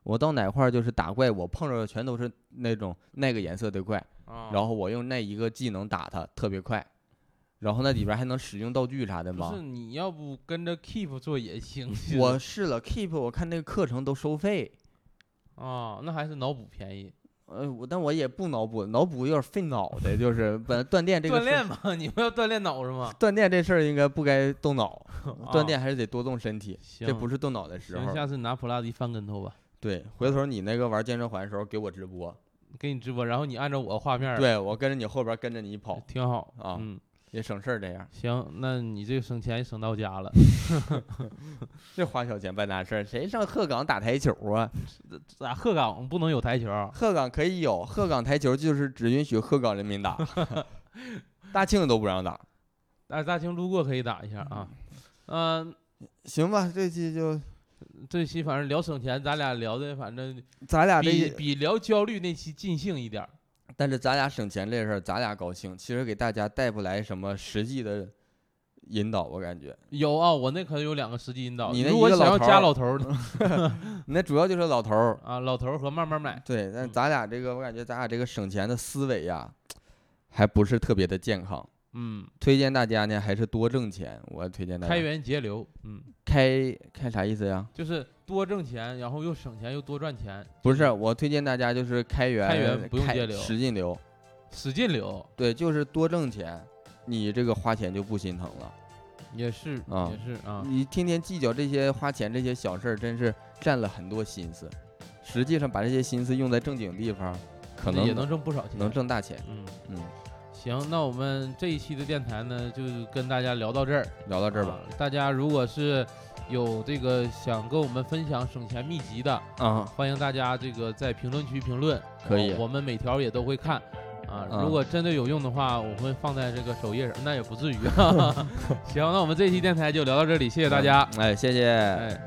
我到哪块儿就是打怪，我碰着的全都是那种那个颜色的怪， 啊， 然后我用那一个技能打它，特别快。然后那里边还能使用道具啥的吗？ 不是，你要不跟着 Keep 做也行。 我试了 Keep， 我看那个课程都收费。 啊，那还是脑补便宜。 呃，我但我也不脑补，脑补有点费脑袋，就是本锻炼这个锻炼嘛，你不要锻炼脑是吗？ 锻炼这事儿应该不该动脑， 啊锻炼还是得多动身体， 行这不是动脑的时行， 候。 下次拿普拉迪翻跟头吧。 对，回头你那个玩健身环的时候给我直播， 给你直播，然后你按照我画面儿， 对我跟着你后边跟着你跑挺好啊， 嗯， 也省事儿这样。 行，那你这个省钱也省到家了。 这花小钱办大事儿，谁上鹤岗打台球啊？ 咋鹤岗不能有台球？ 鹤岗可以有，鹤岗台球就是只允许鹤岗人民打，大庆都不让打。 大大庆路过可以打一下啊。嗯、呃， 行吧，这期就这期反正聊省钱，咱俩聊的反正咱俩这比比聊焦虑那期尽兴一点儿。 但是咱俩省钱这事儿，咱俩高兴，其实给大家带不来什么实际的引导，我感觉有啊，我那可有两个实际引导。 你那如果一个老头儿想要加老头儿的你那主要就是老头儿。 啊，老头儿和慢慢买。 对，但嗯咱俩这个，我感觉咱俩这个省钱的思维呀，还不是特别的健康。 嗯， 推荐大家呢，还是多挣钱。我推荐大家开源节流。嗯， 开开啥意思呀？ 就是多挣钱，然后又省钱又多赚钱。 不是，我推荐大家就是开源， 开源不用开节流使劲流。 使劲流。 对，就是多挣钱，你这个花钱就不心疼了。 也是， 啊也是啊。 你天天计较这些花钱这些小事儿，真是占了很多心思。实际上把这些心思用在正经地方，可能也能挣不少钱， 能挣大钱。 嗯嗯， 行，那我们这一期的电台呢，就跟大家聊到这儿， 聊到这儿吧。 啊大家如果是有这个想跟我们分享省钱秘籍的， 啊， 欢迎大家这个在评论区评论， 可以我我们每条也都会看。啊， 嗯如果真的有用的话，我会放在这个首页上，那也不至于。行，那我们这期电台就聊到这里，谢谢大家。 嗯哎，谢谢。 哎，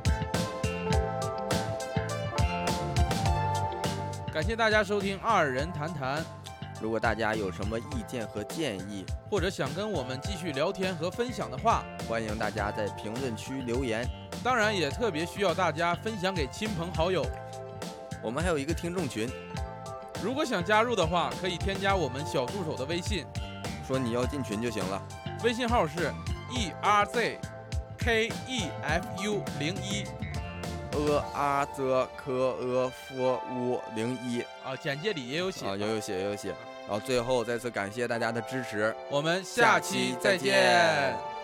感谢大家收听二人谈谈， 如果大家有什么意见和建议， 或者想跟我们继续聊天和分享的话， 欢迎大家在评论区留言。 当然也特别需要大家分享给亲朋好友。 我们还有一个听众群， 如果想加入的话，可以添加我们小助手的微信， 说你要进群就行了。 微信号是 e r z k e f u 零一。 呃啊则科呃夫乌零一啊，简介里也有写啊，有有写有有写。然后最后再次感谢大家的支持， 我们下期再见。